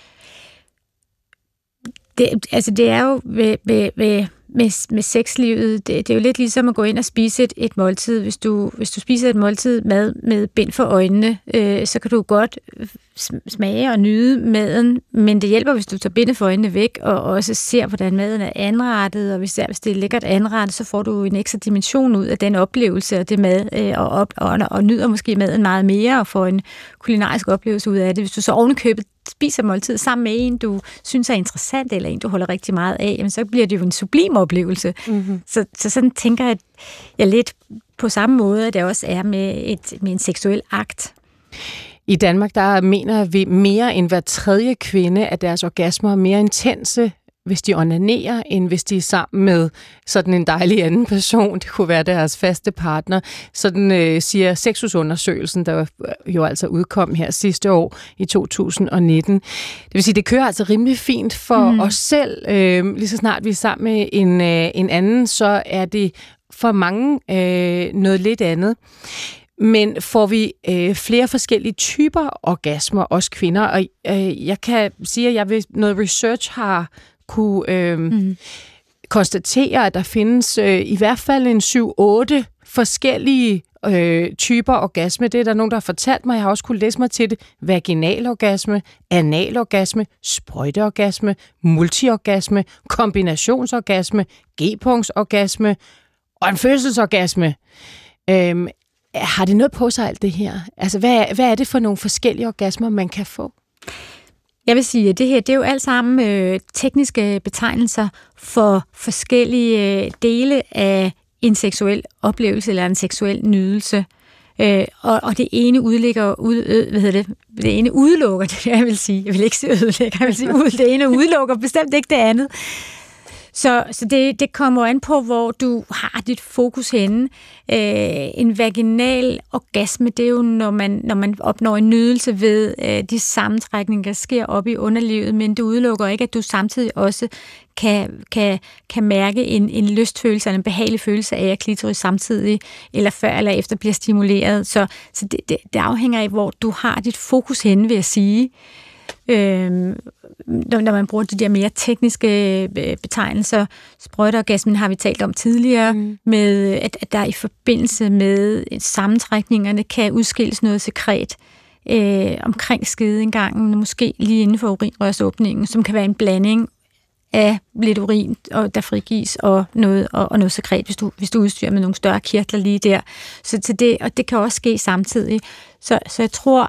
Det, altså det er jo ved, ved, ved, med, med sexlivet, det, det er jo lidt ligesom at gå ind og spise et, et måltid. Hvis du, hvis du spiser et måltid mad med bind for øjnene, øh, så kan du godt smage og nyde maden, men det hjælper, hvis du tager bindet for øjnene væk, og også ser, hvordan maden er anrettet, og hvis, hvis det er lækkert anrettet, så får du en ekstra dimension ud af den oplevelse og det mad, øh, og, op, og, og nyder måske maden meget mere, og får en kulinarisk oplevelse ud af det. Hvis du så ovenikøbet spiser måltid sammen med en, du synes er interessant, eller en, du holder rigtig meget af, jamen, så bliver det jo en sublim oplevelse. Mm-hmm. Så, så sådan tænker jeg, jeg lidt på samme måde, at det også er med, et, med en seksuel akt. I Danmark, der mener vi mere end hver tredje kvinde, at deres orgasmer er mere intense, hvis de onanerer, end hvis de er sammen med sådan en dejlig anden person. Det kunne være deres faste partner. Sådan øh, siger Sexusundersøgelsen, der jo altså udkom her sidste år i to tusind og nitten. Det vil sige, det kører altså rimelig fint for mm. os selv. Øh, lige så snart vi er sammen med en, øh, en anden, så er det for mange øh, noget lidt andet. Men får vi øh, flere forskellige typer orgasmer, os kvinder, og øh, jeg kan sige, at jeg ved noget research har kunne øh, mm. konstatere, at der findes øh, i hvert fald en syv otte forskellige øh, typer orgasme. Det er der nogen, der har fortalt mig. Jeg har også kunne læse mig til det. Vaginalorgasme, analorgasme, sprøjteorgasme, multiorgasme, kombinationsorgasme, g-punktsorgasme og en fødselsorgasme. Øh, Har det noget på sig alt det her? Altså, hvad er, hvad er det for nogle forskellige orgasmer, man kan få? Jeg vil sige, at det her, det er jo alt sammen øh, tekniske betegnelser for forskellige øh, dele af en seksuel oplevelse eller en seksuel nydelse. Øh, og, og det ene udlægger, ud, øh, hvad hedder det, det ene udelukker, det jeg vil sige, jeg vil ikke sige ødelægger, jeg vil sige ud, det ene udelukker bestemt ikke det andet. Så, så det, det kommer an på, hvor du har dit fokus henne. Øh, en vaginal orgasme, det er jo, når man, når man opnår en nydelse ved øh, de sammentrækninger, der sker op i underlivet, men det udelukker ikke, at du samtidig også kan, kan, kan mærke en, en lystfølelse, eller en behagelig følelse af, at klitoris samtidig, eller før eller efter, bliver stimuleret. Så, så det, det, det afhænger af, hvor du har dit fokus henne, vil jeg sige. Øhm, når man bruger de der mere tekniske betegnelser. Sprøjteorgasmen har vi talt om tidligere, mm. med at, at der i forbindelse med sammentrækningerne kan udskilles noget sekret øh, omkring skedeindgangen, måske lige inden for urinrørsåbningen, som kan være en blanding af lidt urin, og der frigives, og noget, og, og noget sekret, hvis du, hvis du udstyrer med nogle større kirtler lige der. Så til det, og det kan også ske samtidig. Så, så jeg tror,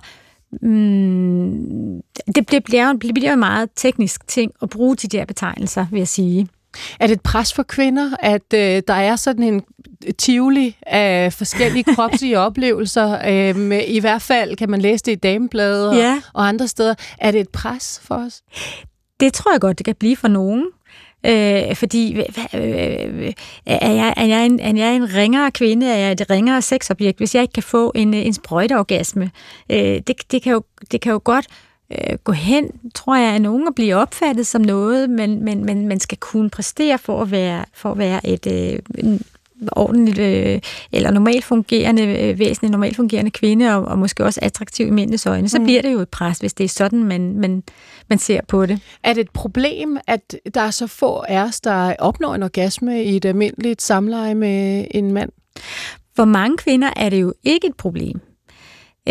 Mm, det, det, bliver jo, det bliver jo en meget teknisk ting at bruge de der betegnelser, vil jeg sige. Er det et pres for kvinder, at øh, der er sådan en tivoli af forskellige kropslige oplevelser? Øh, I hvert fald kan man læse det i Damebladet og, ja. og andre steder. Er det et pres for os? Det tror jeg godt, det kan blive for nogen. Øh, fordi øh, øh, er, jeg, er, jeg en, er jeg en ringere kvinde, er jeg et ringere sexobjekt, hvis jeg ikke kan få en, en sprøjteorgasme? Øh, det, det, kan jo, det kan jo godt øh, gå hen, tror jeg, at nogen at blive opfattet som noget, men, men, men man skal kunne præstere for at være, for at være et, øh, ordentligt øh, eller normalt fungerende øh, væsen, normalt fungerende kvinde, og, og måske også attraktiv i mændenes øjne, så mm. bliver det jo et pres, hvis det er sådan, man, man, man ser på det. Er det et problem, at der er så få af os, der opnår en orgasme i et almindeligt samleje med en mand? For mange kvinder er det jo ikke et problem. Øh,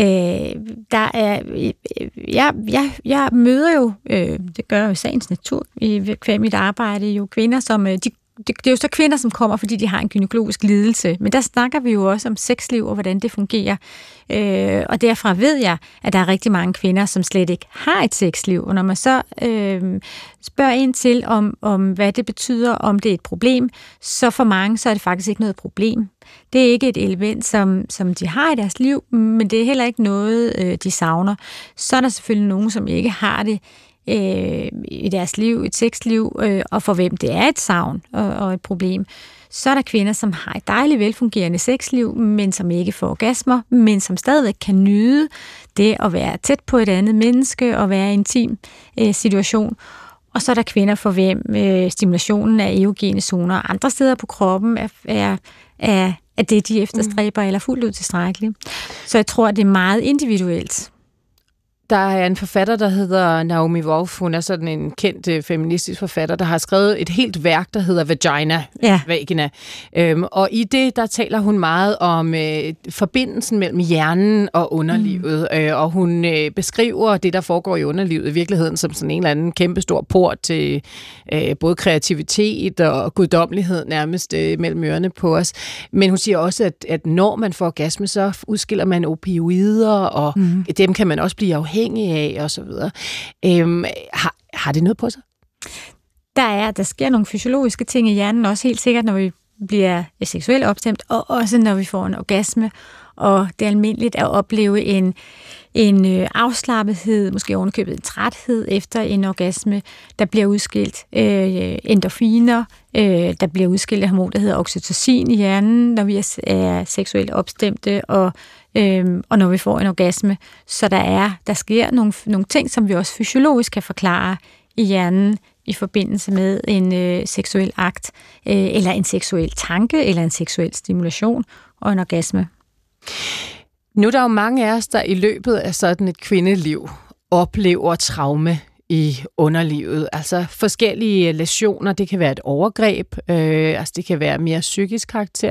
der er, jeg, jeg, jeg møder jo, øh, det gør jeg jo i sagens natur, i hver mit arbejde, jo kvinder, som, de, det, det er jo så kvinder, som kommer, fordi de har en gynækologisk lidelse, men der snakker vi jo også om sexliv og hvordan det fungerer, øh, og derfra ved jeg, at der er rigtig mange kvinder, som slet ikke har et sexliv, og når man så øh, spørger ind til, om, om hvad det betyder, om det er et problem, så for mange, så er det faktisk ikke noget problem. Det er ikke et element, som, som de har i deres liv, men det er heller ikke noget, øh, de savner. Så er der selvfølgelig nogen, som ikke har det øh, i deres liv, et sexliv, øh, og for hvem det er et savn og, og et problem. Så er der kvinder, som har et dejligt, velfungerende sexliv, men som ikke får orgasmer, men som stadigvæk kan nyde det at være tæt på et andet menneske og være i en intim øh, situation. Og så er der kvinder, for hvem øh, stimulationen af erogene zoner andre steder på kroppen er, er, er, er det, de efterstræber, mm. eller fuldt ud tilstrækkeligt. Så jeg tror, det er meget individuelt. Der er en forfatter, der hedder Naomi Wolf. Hun er sådan en kendt øh, feministisk forfatter, der har skrevet et helt værk, der hedder Vagina. Ja. Vagina. Øhm, og i det, der taler hun meget om øh, forbindelsen mellem hjernen og underlivet. Mm. Øh, og hun øh, beskriver det, der foregår i underlivet i virkeligheden, som sådan en eller anden kæmpestor port til øh, både kreativitet og guddommelighed nærmest øh, mellem ørerne på os. Men hun siger også, at, at når man får orgasme, så udskiller man opioider, og mm. dem kan man også blive afhængig af, og så videre. Øhm, har, har det noget på sig? Der er, der sker nogle fysiologiske ting i hjernen, også helt sikkert, når vi bliver seksuelt opstemt, og også når vi får en orgasme, og det er almindeligt at opleve en, en afslappethed, måske ovenikøbet en træthed efter en orgasme. Der bliver udskilt øh, endorfiner, øh, der bliver udskilt et hormon, der hedder oxytocin i hjernen, når vi er, er seksuelt opstemte, og Øhm, og når vi får en orgasme. Så der er, der sker nogle, nogle ting, som vi også fysiologisk kan forklare i hjernen i forbindelse med en øh, seksuel akt, øh, eller en seksuel tanke, eller en seksuel stimulation og en orgasme. Nu er der jo mange af os, der i løbet af sådan et kvindeliv oplever traume i underlivet. Altså forskellige læsioner. Det kan være et overgreb. Øh, altså det kan være mere psykisk karakter.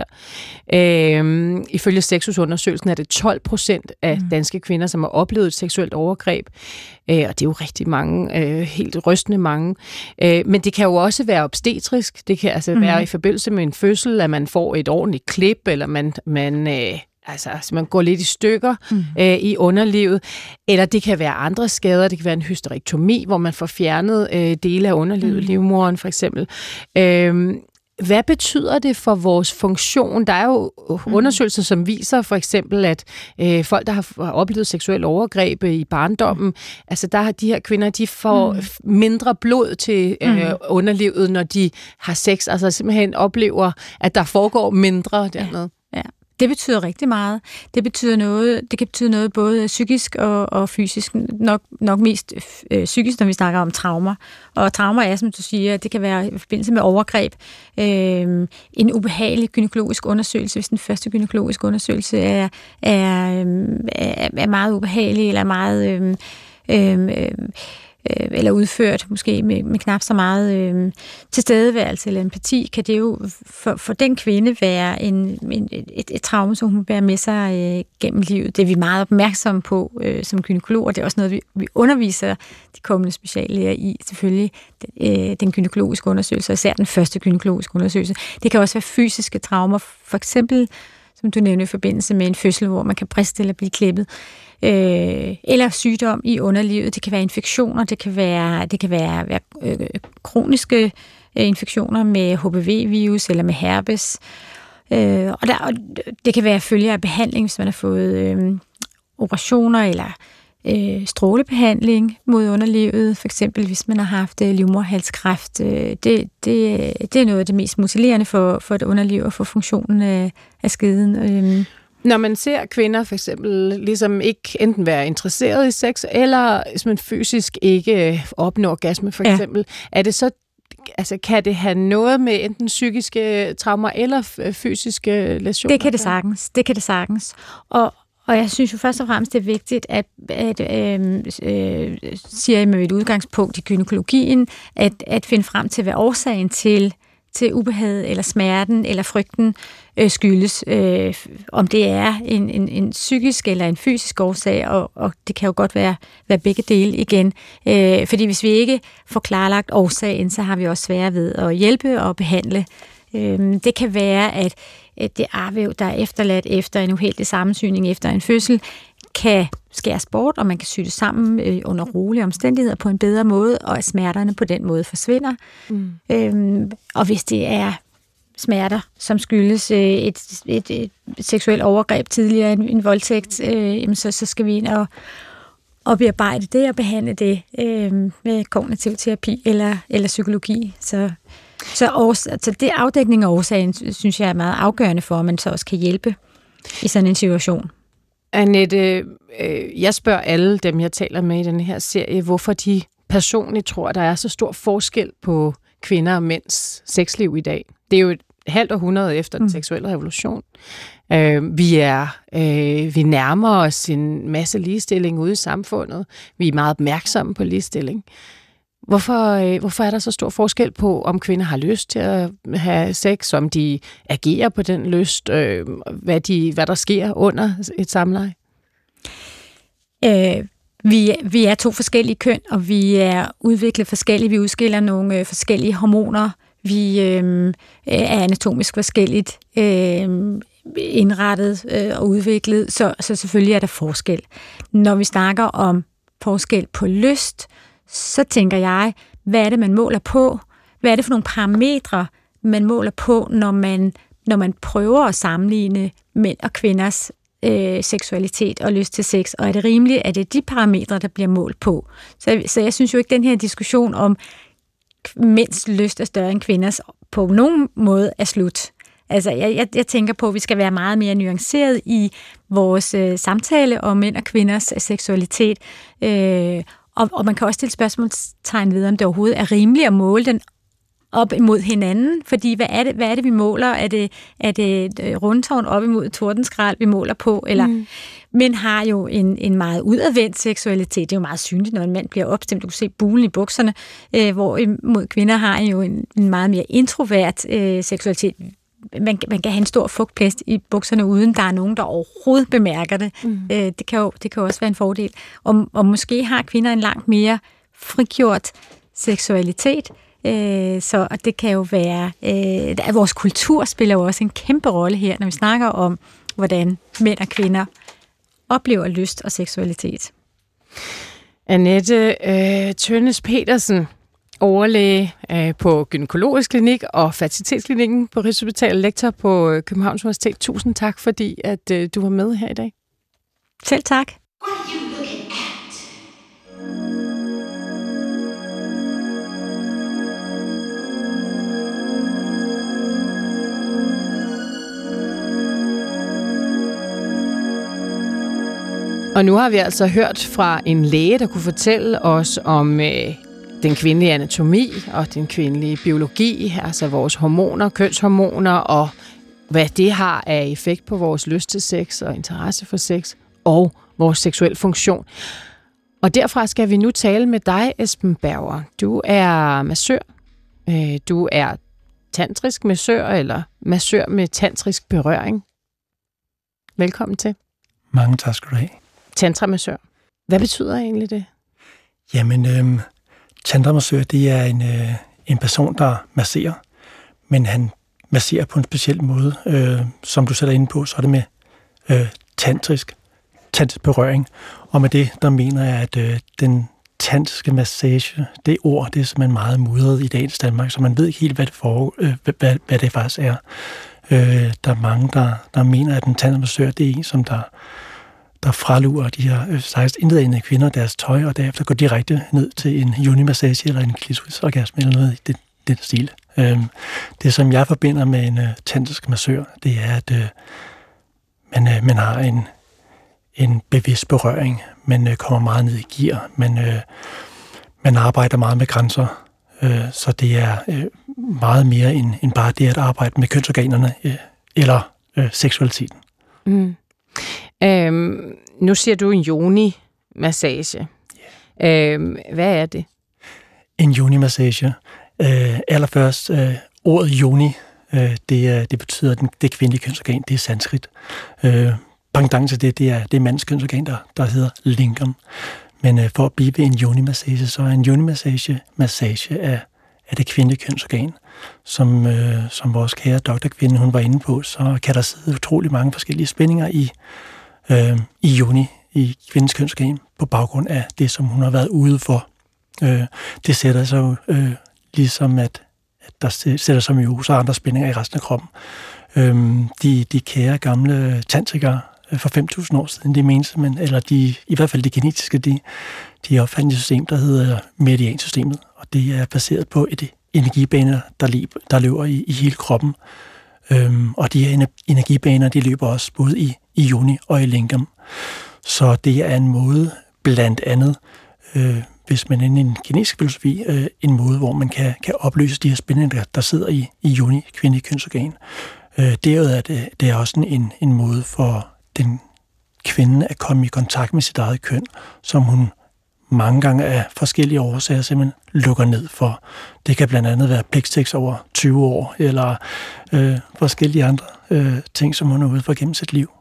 Øh, ifølge Sexusundersøgelsen er det tolv procent af danske kvinder, som har oplevet et seksuelt overgreb. Øh, og det er jo rigtig mange. Øh, helt rystende mange. Øh, men det kan jo også være obstetrisk. Det kan altså mm. være i forbindelse med en fødsel, at man får et ordentligt klip, eller man... man øh, Altså, altså man går lidt i stykker mm. øh, i underlivet, eller det kan være andre skader, det kan være en hysterektomi, hvor man får fjernet øh, dele af underlivet, mm. livmoderen for eksempel. Øh, hvad betyder det for vores funktion? Der er jo undersøgelser, som viser for eksempel, at øh, folk, der har oplevet seksuelle overgreb i barndommen, mm. altså der har de her kvinder, de får mm. mindre blod til øh, mm. underlivet, når de har sex, altså simpelthen oplever, at der foregår mindre dernede. Ja. Ja. Det betyder rigtig meget. Det betyder noget, det kan betyde noget både psykisk og, og fysisk. Nok, nok mest øh, psykisk, når vi snakker om traumer. Og traumer er, som du siger, det kan være i forbindelse med overgreb. Øh, en ubehagelig gynækologisk undersøgelse, hvis den første gynækologiske undersøgelse er, er, er, er meget ubehagelig eller meget... Øh, øh, eller udført måske med, med knap så meget øh, tilstedeværelse eller empati, kan det jo for, for den kvinde være en, en, et, et traume, som hun bærer med sig øh, gennem livet. Det er vi meget opmærksomme på øh, som gynækologer. Det er også noget, vi, vi underviser de kommende speciallæger i, selvfølgelig den, øh, den gynækologiske undersøgelse, og især den første gynækologiske undersøgelse. Det kan også være fysiske traumer, for eksempel, som du nævnte, i forbindelse med en fødsel, hvor man kan briste eller blive klippet. Øh, eller sygdom i underlivet. Det kan være infektioner, det kan være, det kan være, være øh, kroniske øh, infektioner med H P V-virus eller med herpes. Øh, og, der, og det kan være følger af behandling, hvis man har fået øh, operationer eller øh, strålebehandling mod underlivet. For eksempel hvis man har haft øh, livmoderhalskræft. Øh, det, det, det er noget af det mest mutilerende for, for et underliv og for funktionen af, af skeden. Øh. Når man ser kvinder for eksempel ligesom ikke enten være interesseret i sex, eller hvis man fysisk ikke opnår orgasme for eksempel, ja. Er det så altså, kan det have noget med enten psykiske traumer eller fysiske læsioner? Det kan det sagtens. Det kan det sagtens. Og, og jeg synes jo først og fremmest, det er vigtigt, at, at øh, øh, siger jeg med et udgangspunkt i gynekologien, at, at finde frem til, hvad årsagen til til ubehaget eller smerten eller frygten øh, skyldes, øh, om det er en, en, en psykisk eller en fysisk årsag, og, og det kan jo godt være, være begge dele igen. Øh, fordi hvis vi ikke får klarlagt årsagen, så har vi også svært ved at hjælpe og behandle. Øh, det kan være, at, at det arvæv, der er efterladt efter en uheldig sammensyning efter en fødsel, kan skæres bort, og man kan sy det sammen øh, under rolige omstændigheder på en bedre måde, og at smerterne på den måde forsvinder. Mm. Øhm, og hvis det er smerter, som skyldes øh, et, et, et seksuelt overgreb tidligere, en, en voldtægt, øh, jamen så, så skal vi ind og, og bearbejde det og behandle det øh, med kognitiv terapi eller, eller psykologi. Så, så, års, så det afdækning af årsagen, synes jeg er meget afgørende for, at man så også kan hjælpe i sådan en situation. Annette, øh, jeg spørger alle dem, jeg taler med i den her serie, hvorfor de personligt tror, at der er så stor forskel på kvinder og mænds sexliv i dag. Det er jo et halvt århundrede efter den mm. seksuelle revolution. Øh, vi er, øh, vi nærmer os en masse ligestilling ude i samfundet. Vi er meget opmærksomme på ligestilling. Hvorfor, øh, hvorfor er der så stor forskel på, om kvinder har lyst til at have sex, om de agerer på den lyst, øh, hvad, de, hvad der sker under et samleje? Øh, vi, vi er to forskellige køn, og vi er udviklet forskelligt. Vi udskiller nogle øh, forskellige hormoner. Vi øh, er anatomisk forskelligt øh, indrettet øh, og udviklet, så, så selvfølgelig er der forskel. Når vi snakker om forskel på lyst, så tænker jeg, hvad er det, man måler på? Hvad er det for nogle parametre, man måler på, når man, når man prøver at sammenligne mænd og kvinders øh, seksualitet og lyst til sex? Og er det rimeligt, at det er de parametre, der bliver målt på? Så, så jeg synes jo ikke, den her diskussion om mænds lyst er større end kvinders på nogen måde er slut. Altså, jeg, jeg, jeg tænker på, at vi skal være meget mere nuanceret i vores øh, samtale om mænd og kvinders øh, seksualitet. Øh, og, og man kan også stille spørgsmålstegn ved, om det overhovedet er rimeligt at måle den op imod hinanden. Fordi hvad er det, hvad er det vi måler? Er det, er det et rundtårn op imod tordenskrald, vi måler på? Eller, mm. Mænd har jo en, en meget udadvendt seksualitet. Det er jo meget synligt, når en mand bliver opstemt. Du kan se bulen i bukserne, øh, hvorimod kvinder har jo en, en meget mere introvert øh, seksualitet. Man, man kan have en stor fugtplæst i bukserne, uden der er nogen, der overhovedet bemærker det. Mm. Øh, det, kan jo, det kan jo også være en fordel. Og, og måske har kvinder en langt mere frigjort seksualitet, øh, så og det kan jo være, øh, at vores kultur spiller jo også en kæmpe rolle her, når vi snakker om, hvordan mænd og kvinder oplever lyst og seksualitet. Annette øh, Tønnes Petersen, overlæge øh, på gynækologisk klinik og fertilitetsklinikken på Rigshospitalet, lektor på øh, Københavns Universitet. Tusind tak, fordi at øh, du var med her i dag. Selv tak. Og nu har vi altså hørt fra en læge, der kunne fortælle os om øh, den kvindelige anatomi og den kvindelige biologi, altså vores hormoner, kønshormoner, og hvad det har af effekt på vores lyst til sex og interesse for sex og vores seksuelle funktion. Og derfra skal vi nu tale med dig, Esben Berger. Du er massør. Du er tantrisk massør, eller massør med tantrisk berøring. Velkommen til. Mange tak skal du have. Tantramassør. Hvad betyder egentlig det? Jamen, øh, tantramassør, det er en, øh, en person, der masserer, men han masserer på en speciel måde. Øh, som du selv er inde på, så er det med øh, tantrisk, tantrisk berøring. Og med det, der mener jeg, at øh, den tantriske massage, det ord, det er simpelthen meget mudret i dagens Danmark, så man ved ikke helt, hvad det, for, øh, hvad, hvad det faktisk er. Øh, der er mange, der, der mener, at en tantramassør, det er en, som der der fralurer de her seksten indledende kvinder deres tøj, og derefter går direkte ned til en yoni-massage eller en klitorisorgasme eller noget i den, den stil. Øhm, det, som jeg forbinder med en uh, tantrisk massør, det er, at uh, man, uh, man har en, en bevidst berøring. Man uh, kommer meget ned i gear. Man, uh, man arbejder meget med grænser. Øh, så det er øh, meget mere end, end bare det at arbejde med kønsorganerne øh, eller øh, seksualiteten. Mm. Øhm, nu siger du en yoni-massage. Yeah. Øhm, hvad er det? En yoni-massage. Øh, allerførst, øh, ordet yoni, øh, det, det betyder den, det kvindelige kønsorgan, det er sanskrit. Øh, Pendant til det, det er, det er mandens kønsorgan, der, der hedder lingam. Men øh, for at blive ved en yoni-massage, så er en yoni-massage massage af, af det kvindelige kønsorgan. Som, øh, som vores kære doktorkvinde, hun var inde på, så kan der sidde utrolig mange forskellige spændinger i, øh, i yoni, i kvindens kønsorgan, på baggrund af det, som hun har været ude for. Øh, det sætter sig jo øh, ligesom, at, at der sætter sig jo så andre spændinger i resten af kroppen. Øh, de, de kære gamle tantrikere for fem tusind år siden, det mente man, eller de, i hvert fald de genetiske, de, de opfandt et system, der hedder meridiansystemet, og det er baseret på et energibaner, der løber, der løber i, i hele kroppen. Øhm, og de her energibaner, de løber også både i, i yoni og i lingam. Så det er en måde, blandt andet, øh, hvis man er inde i en genetisk filosofi, øh, en måde, hvor man kan, kan opløse de her spændinger, der sidder i, i yoni, kvindelige kønsorgan. Øh, det, er, det, det er også en, en måde for den kvinde at komme i kontakt med sit eget køn, som hun mange gange af forskellige årsager simpelthen lukker ned for. Det kan blandt andet være pligtsex over tyve år, eller øh, forskellige andre øh, ting, som hun er ude for gennem sit liv.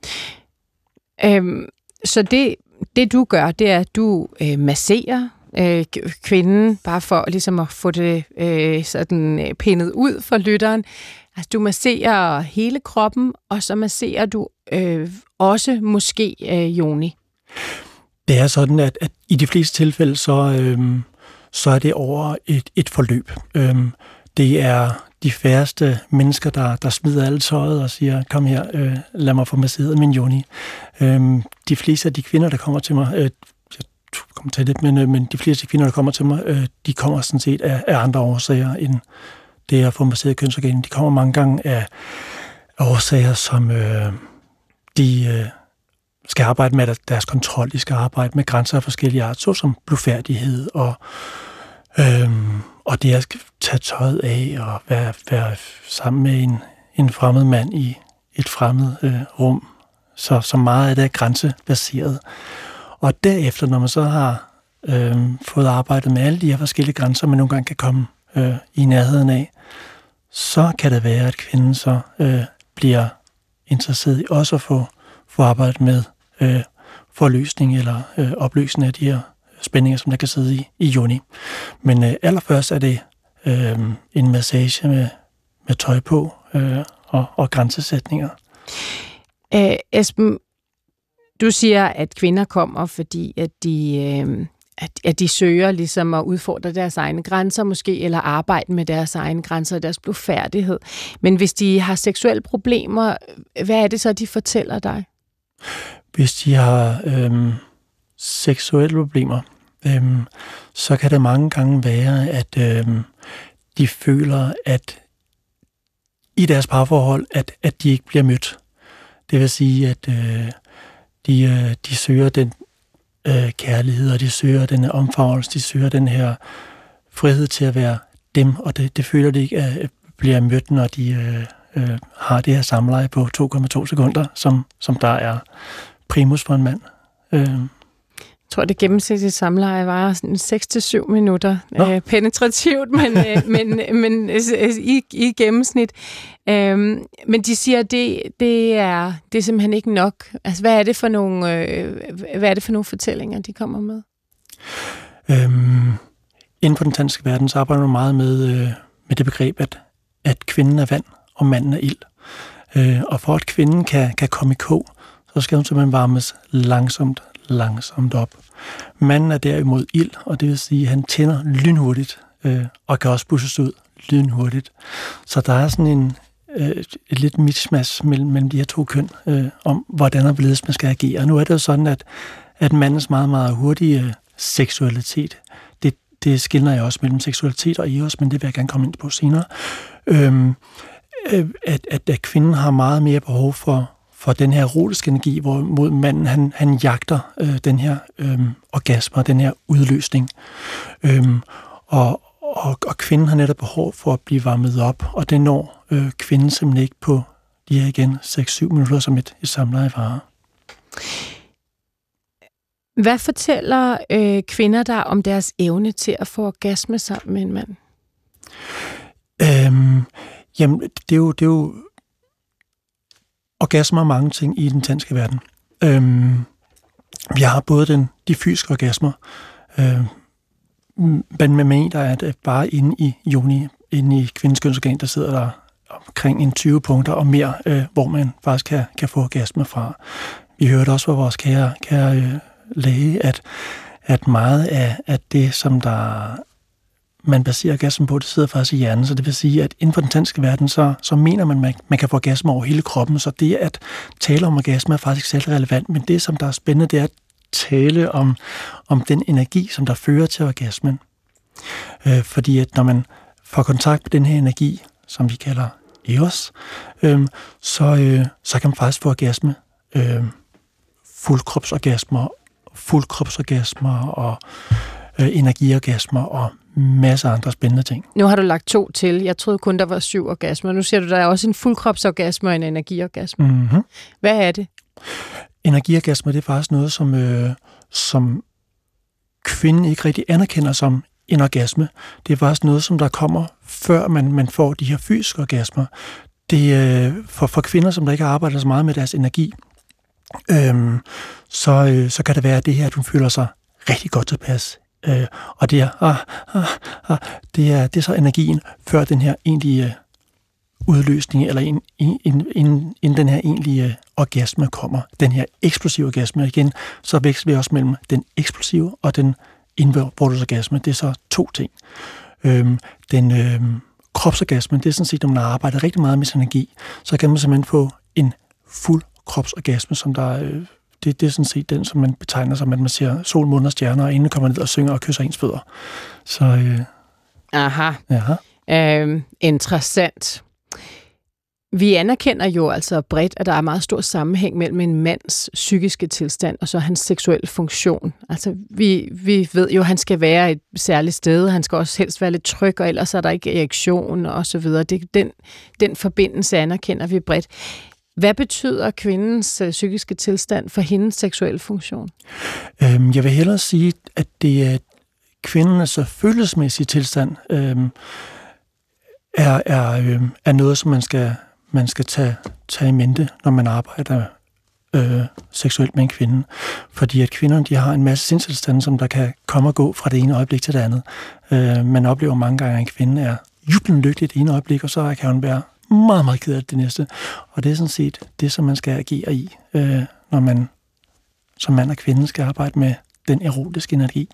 Øhm, så det, det du gør, det er, at du øh, masserer øh, kvinden, bare for ligesom at få det øh, sådan øh, pindet ud for lytteren. Altså, du masserer hele kroppen, og så masserer du øh, også måske øh, yoni. Det er sådan, at, at i de fleste tilfælde, så, øhm, så er det over et, et forløb. Øhm, det er de færreste mennesker, der, der smider alt tøjet og siger, kom her, øh, lad mig få masseret min yoni. Øhm, de fleste af de kvinder, der kommer til mig, øh, jeg kommer til det, men, øh, men de fleste af de kvinder, der kommer til mig, øh, de kommer sådan set af, af andre årsager end det at få masseret kønsorganen. De kommer mange gange af årsager, som øh, de øh, skal arbejde med deres kontrol, de skal arbejde med grænser af forskellige art, såsom blufærdighed og, øh, og det at tage tøjet af og være, være sammen med en, en fremmed mand i et fremmed øh, rum. Så, så meget af det er grænsebaseret. Og derefter, når man så har øh, fået arbejdet med alle de her forskellige grænser, man nogle gange kan komme øh, i nærheden af, så kan det være, at kvinden så øh, bliver interesseret i også at få, få arbejdet med øh, forløsning eller øh, opløsning af de her spændinger, som der kan sidde i, i yoni. Men øh, allerførst er det øh, en massage med, med tøj på øh, og, og grænsesætninger. Æh, Esben, du siger, at kvinder kommer, fordi at de, øh, at, at de søger ligesom at udfordre deres egne grænser måske, eller arbejde med deres egne grænser og deres blufærdighed. Men hvis de har seksuelle problemer, hvad er det så, de fortæller dig? Hvis de har øh, seksuelle problemer, øh, så kan det mange gange være, at øh, de føler, at i deres parforhold, at, at de ikke bliver mødt. Det vil sige, at øh, de, øh, de søger den øh, kærlighed, og de søger den her omfavnelse, de søger den her frihed til at være dem, og det, det føler de ikke at bliver mødt, når de øh, øh, har det her samleje på to komma to sekunder, som, som der er primus for en mand. Øh. Jeg tror, det gennemsnitlige samleje var sådan seks til syv minutter. Øh, penetrativt, men, øh, men, men øh, i, i gennemsnit. Øh, men de siger, at det, det, er, det er simpelthen ikke nok. Altså, hvad er det for nogle, øh, hvad er det for nogle fortællinger, de kommer med? Øhm, inden for den tantriske verden, så arbejder man meget med, øh, med det begreb, at, at kvinden er vand, og manden er ild. Øh, og for at kvinden kan, kan komme i kog, så skal hun simpelthen varmes langsomt, langsomt op. Manden er derimod ild, og det vil sige, at han tænder lynhurtigt, øh, og kan også busses ud lynhurtigt. Så der er sådan en øh, et lidt mismatch mellem, mellem de her to køn, øh, om hvordan og hvorledes man skal agere. Nu er det jo sådan, at, at mandens meget, meget hurtige øh, seksualitet, det, det skiller jeg også mellem seksualitet og eros, men det vil jeg gerne komme ind på senere. Øh, at, at, at kvinden har meget mere behov for for den her erotiske energi, hvorimod manden, han, han jagter øh, den her øh, orgasme, den her udløsning. Øhm, og, og, og kvinden har netop behov for at blive varmet op, og det når øh, kvinden simpelthen ikke på de her igen seks syv minutter, som et, et samleje varer. Hvad fortæller øh, kvinder der om deres evne til at få orgasme sammen med en mand? Øhm, jamen, det er jo, det er jo orgasmer og mange ting i den tantriske verden. Øhm, vi har både den, de fysiske orgasmer, øh, men med mig, der er det bare inde i yoni, inde i kvindens kønsorgan, der sidder der omkring en tyve punkter og mere, øh, hvor man faktisk kan, kan få orgasme fra. Vi hørte også fra vores kære, kære øh, læge, at, at meget af, af det, som der man baserer orgasmen på, det sidder faktisk i hjernen. Så det vil sige, at inden for den tantriske verden, så, så mener man, at man, man kan få orgasme over hele kroppen. Så det at tale om orgasme er faktisk selv relevant. Men det, som der er spændende, det er at tale om, om den energi, som der fører til orgasmen. Øh, fordi at når man får kontakt med den her energi, som vi kalder eros, øh, så, øh, så kan man faktisk få orgasme. Øh, fuldkropsorgasmer, fuldkropsorgasmer og øh, energiorgasmer og masser af andre spændende ting. Nu har du lagt to til. Jeg troede kun, der var syv orgasmer. Nu siger du, der er også en fuldkropsorgasme og en energiorgasme. Mm-hmm. Hvad er det? Energiorgasme, det er faktisk noget, som, øh, som kvinden ikke rigtig anerkender som en orgasme. Det er faktisk noget, som der kommer, før man, man får de her fysiske orgasmer. Det er øh, for, for kvinder, som der ikke arbejder så meget med deres energi, øh, så, øh, så kan det være det her, at hun føler sig rigtig godt tilpas. Øh, og det er, ah, ah, ah, det er det er så energien før den her egentlige øh, udløsning, eller inden in, in, in, in den her egentlige øh, orgasme kommer. Den her eksplosive orgasme. Igen, så vækster vi også mellem den eksplosive og den indvortes orgasme. Det er så to ting. Øhm, den øh, kropsorgasme, det er sådan set, når man har arbejdet rigtig meget med sin energi, så kan man simpelthen få en fuld kropsorgasme, som der øh, Det, det er sådan set den, som man betegner som, at man ser sol, måne og stjerner, og inden kommer ned og synger og kysser ens fødder. Så, øh, Aha. Aha. Øhm, interessant. Vi anerkender jo altså bredt, at der er meget stor sammenhæng mellem en mands psykiske tilstand og så hans seksuelle funktion. Altså, vi, vi ved jo, at han skal være et særligt sted, han skal også helst være lidt tryg, og ellers er der ikke erektion og så videre. Det, den, den forbindelse anerkender vi bredt. Hvad betyder kvindens øh, psykiske tilstand for hendes seksuelle funktion? Øhm, jeg vil hellere sige, at det er kvindens følelsesmæssige tilstand øhm, er, er, øhm, er noget, som man skal, man skal tage, tage i mente, når man arbejder øh, seksuelt med en kvinde. Fordi at kvinderne, de har en masse sindstilstande, som der kan komme og gå fra det ene øjeblik til det andet. Øh, man oplever mange gange, at en kvinde er jublende lykkelig det ene øjeblik, og så kan hun være meget, meget ked af det næste. Og det er sådan set det, som man skal agere i, øh, når man som mand og kvinde skal arbejde med den erotiske energi.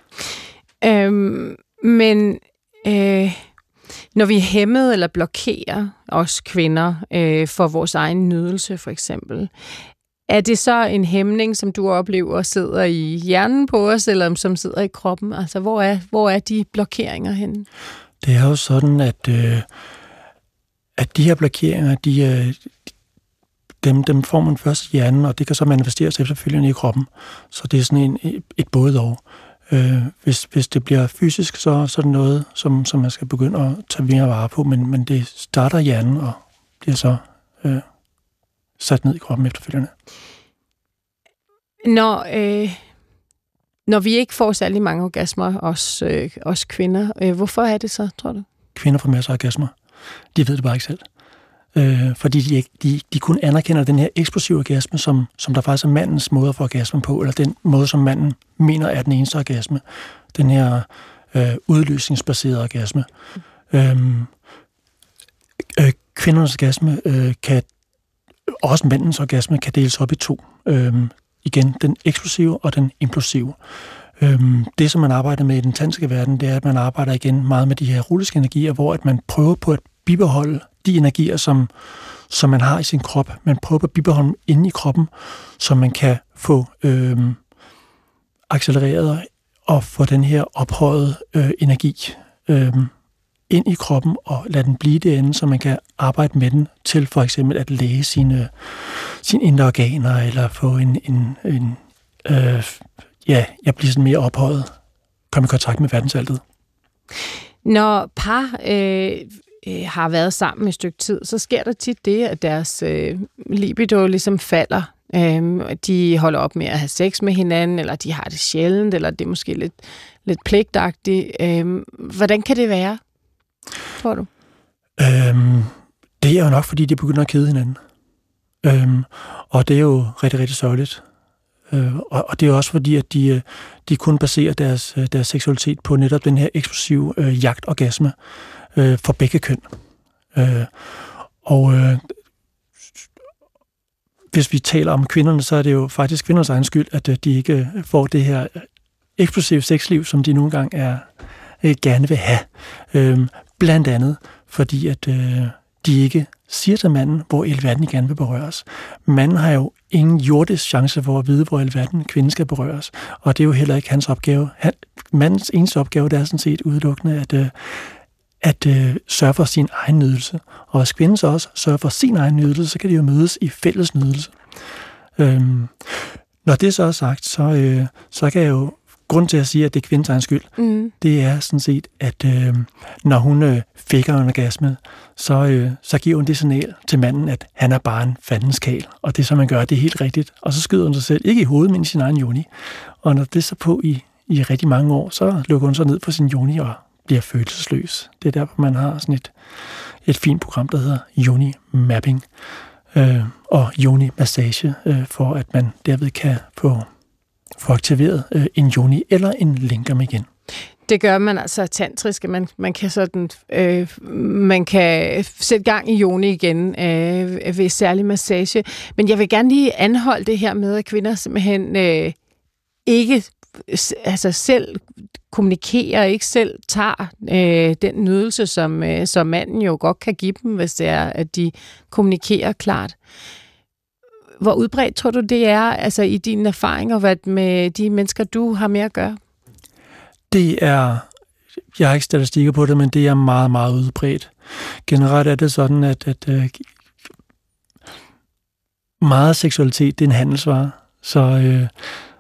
Øhm, men øh, når vi er hæmmet eller blokerer os kvinder øh, for vores egen nydelse, for eksempel, er det så en hæmning, som du oplever sidder i hjernen på os, eller som sidder i kroppen? Altså, hvor er, hvor er de blokeringer henne? Det er jo sådan, at øh, at de her blokeringer, de, dem, dem får man først i hjernen, og det kan så manifesteres efterfølgende i kroppen. Så det er sådan en, et både og. Øh, hvis, hvis det bliver fysisk, så, så er det noget, som, som man skal begynde at tage mere vare på, men, men det starter i hjernen og bliver så øh, sat ned i kroppen efterfølgende. Når, øh, når vi ikke får særlig mange orgasmer, os, øh, os kvinder, øh, hvorfor er det så, tror du? Kvinder får masser af orgasmer. De ved det bare ikke selv. Øh, fordi de, de, de kun anerkender den her eksplosive orgasme, som, som der faktisk er mandens måde at få orgasmen på, eller den måde, som manden mener er den eneste orgasme. Den her øh, udløsningsbaserede orgasme. Mm. Øh, øh, kvindernes orgasme øh, kan, også mandens orgasme, kan deles op i to. Øh, igen, den eksplosive og den implosive. Øhm, det, som man arbejder med i den tantriske verden, det er, at man arbejder igen meget med de her erotiske energier, hvor at man prøver på at bibeholde de energier, som, som man har i sin krop. Man prøver på at bibeholde dem inde i kroppen, så man kan få øhm, accelereret og få den her ophøjede øh, energi øhm, ind i kroppen og lade den blive derinde, så man kan arbejde med den til for eksempel at læge sine, sine indre organer, eller få en, en, en øh, ja, jeg bliver sådan mere ophøjet, komme i kontakt med verdensaltet. Når par øh, øh, har været sammen et stykke tid, så sker der tit det, at deres øh, libido ligesom falder. Øh, de holder op med at have sex med hinanden, eller de har det sjældent, eller det er måske lidt, lidt pligtagtigt. Øh, hvordan kan det være, tror du? Øhm, det er jo nok, fordi de begynder at kede hinanden. Øhm, og det er jo rigtig, rigtig sørgeligt. Øh, og, og det er også fordi, at de, de kun baserer deres, deres seksualitet på netop den her eksplosive øh, jagtorgasme øh, for begge køn. Øh, og øh, hvis vi taler om kvinderne, så er det jo faktisk kvindernes egen skyld, at øh, de ikke får det her eksplosive sexliv, som de nogle gange er, øh, gerne vil have. Øh, blandt andet fordi, at øh, de ikke siger til manden, hvor i alverden de gerne vil berøres. Manden har jo ingen jordisk chance for at vide, hvor i alverden kvinden skal berøres. Og det er jo heller ikke hans opgave. Han, mandens eneste opgave, det er sådan set udelukkende at, øh, at øh, sørge for sin egen nydelse. Og hvis kvinden så også sørger for sin egen nydelse, så kan de jo mødes i fælles nydelse. Øhm, når det så er sagt, så, øh, så kan jeg jo grund til at sige, at det er kvindens egen skyld, mm. det er sådan set, at øh, når hun øh, fækker en orgasme, så, øh, så giver hun det signal til manden, at han er bare en fandens kæl. Og det, som man gør, det er helt rigtigt. Og så skyder hun sig selv, ikke i hovedet, men i sin egen joni. Og når det er så på i, i rigtig mange år, så lukker hun sig ned på sin joni og bliver følelsesløs. Det er derfor, man har sådan et, et fint program, der hedder Yoni Mapping øh, og Yoni Massage, øh, for at man derved kan få få aktiveret øh, en yoni eller en lingam igen. Det gør man altså tantrisk, man, man kan sådan, øh, man kan sætte gang i yoni igen øh, ved særlig massage. Men jeg vil gerne lige anholde det her med, at kvinder simpelthen øh, ikke altså selv kommunikerer, ikke selv tager øh, den nydelse, som, øh, som manden jo godt kan give dem, hvis det er, at de kommunikerer klart. Hvor udbredt tror du, det er altså i dine erfaringer med de mennesker, du har med at gøre? Det er, jeg har ikke statistikker på det, men det er meget, meget udbredt. Generelt er det sådan, at, at uh, meget seksualitet, det er en handelsvare. Så, uh,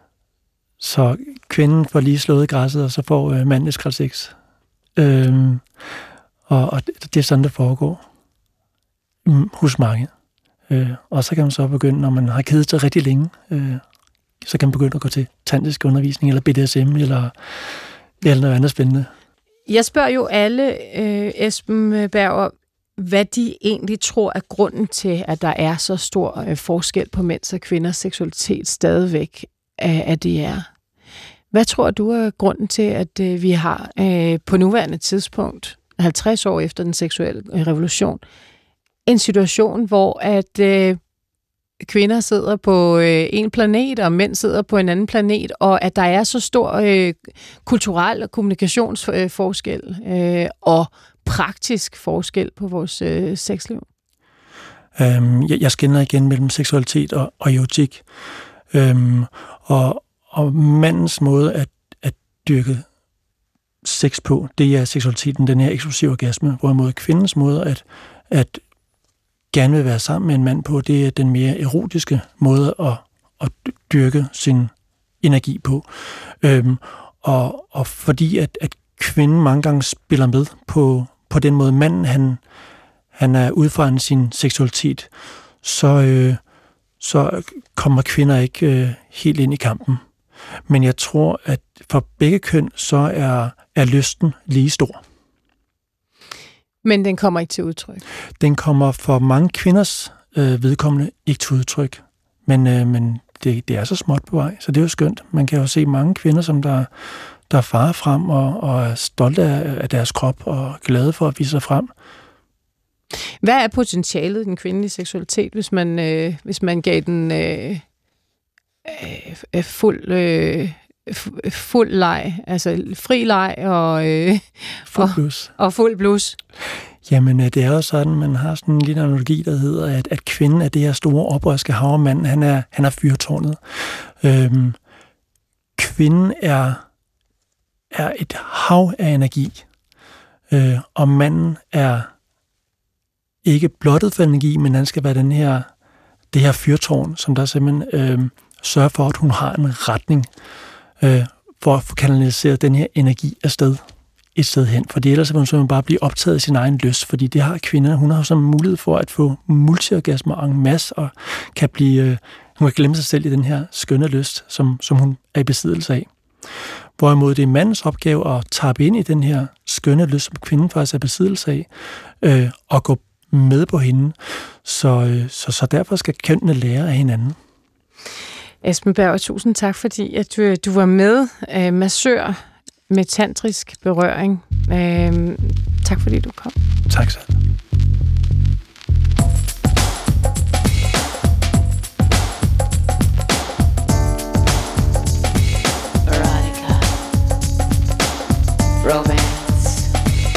så kvinden får lige slået græsset, og så får uh, manden et skraldsex. Uh, og, og det, det er sådan, det foregår um, hos mange. Øh, og så kan man så begynde, når man har kedet sig rigtig længe, øh, så kan man begynde at gå til tantrisk undervisning, eller B D S M, eller, eller noget andet spændende. Jeg spørger jo alle, øh, Esben Berger, hvad de egentlig tror er grunden til, at der er så stor øh, forskel på mænds og kvinders seksualitet stadigvæk, af, at det er. Hvad tror du er grunden til, at øh, vi har øh, på nuværende tidspunkt, halvtreds år efter den seksuelle revolution, en situation, hvor at øh, kvinder sidder på øh, en planet, og mænd sidder på en anden planet, og at der er så stor øh, kulturel og kommunikationsforskel øh, og praktisk forskel på vores øh, sexliv? Um, jeg, jeg skelner igen mellem seksualitet og, og erotik. Um, og, og mandens måde at, at dyrke sex på, det er seksualiteten, den her eksklusive orgasme, hvorimod kvindens måde at, at gerne vil være sammen med en mand på, det er den mere erotiske måde at, at dyrke sin energi på. Øhm, og, og fordi at, at kvinden mange gange spiller med på, på den måde, manden han, han er ud fra sin seksualitet, så, øh, så kommer kvinder ikke øh, helt ind i kampen. Men jeg tror, at for begge køn, så er, er lysten lige stor. Men den kommer ikke til udtryk? Den kommer for mange kvinders øh, vedkommende ikke til udtryk. Men, øh, men det, det er så småt på vej, så det er jo skønt. Man kan jo se mange kvinder, som der, der farer frem og, og er stolte af, af deres krop og glade for at vise sig frem. Hvad er potentialet i den kvindelige seksualitet, hvis man, øh, hvis man gav den øh, øh, fuld... Øh fuld leg, altså fri leg og, øh, fuld blus. og, og fuld blus. Jamen, det er jo sådan, man har sådan en lille analogi, der hedder, at, at kvinden er det her store oprørske hav, og manden, han er, han er fyrtårnet. Øhm, kvinden er, er et hav af energi, øh, og manden er ikke blottet for energi, men han skal være den her, det her fyrtårn, som der simpelthen øh, sørger for, at hun har en retning, Øh, for at få kanaliseret den her energi afsted et sted hen, fordi ellers vil hun bare blive optaget af sin egen lyst, fordi det har kvinder. Hun har sådan mulighed for at få multiorgasmer en masse, og kan blive, øh, hun kan glemme sig selv i den her skønne lyst, som, som hun er i besiddelse af. Hvorimod det er mandens opgave at tappe ind i den her skønne lyst, som kvinden faktisk er i besiddelse af, øh, og gå med på hende. Så, øh, så, så derfor skal kønnene lære af hinanden. Esben Berg, tusind tak, fordi at du, du var med, øh, massør med tantrisk berøring. Øh, tak fordi du kom. Tak selv. Erotica. Romance.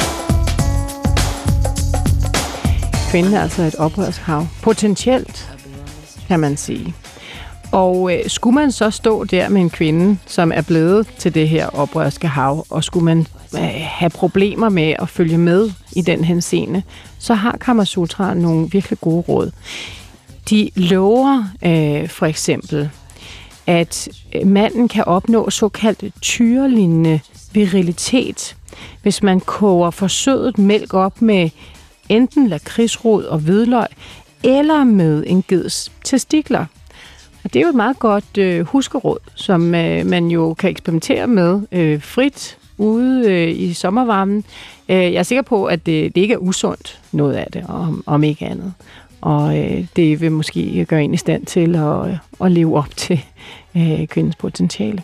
Kvinden er altså et oprørshav. Potentielt, kan man sige. Og øh, skulle man så stå der med en kvinde, som er blevet til det her oprørske hav, og skulle man øh, have problemer med at følge med i den henseende, så har Kama Sutra nogle virkelig gode råd. De lover øh, for eksempel, at manden kan opnå såkaldt tyrelignende virilitet, hvis man koger forsødet mælk op med enten lakridsrod og hvidløg, eller med en geds testikler. Og det er jo et meget godt øh, huskeråd, som øh, man jo kan eksperimentere med øh, frit ude øh, i sommervarmen. Øh, jeg er sikker på, at det, det ikke er usundt, noget af det, om, om ikke andet. Og øh, det vil måske gøre en i stand til at, at leve op til øh, kvindens potentiale.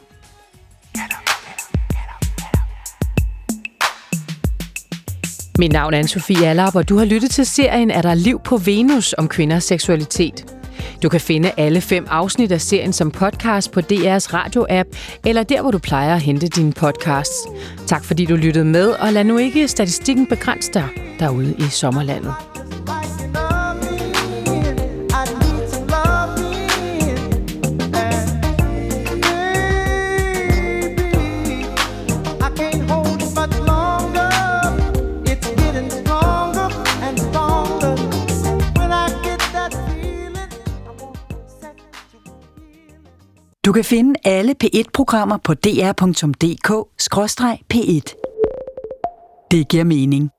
Mit navn er Anne-Sophie Allerup, og du har lyttet til serien Er der liv på Venus om kvinders seksualitet. Du kan finde alle fem afsnit af serien som podcast på D R's radio-app, eller der, hvor du plejer at hente dine podcasts. Tak fordi du lyttede med, og lad nu ikke statistikken begrænse dig derude i sommerlandet. Du kan finde alle P et-programmer på d r punktum d k skråstreg p et. Det giver mening.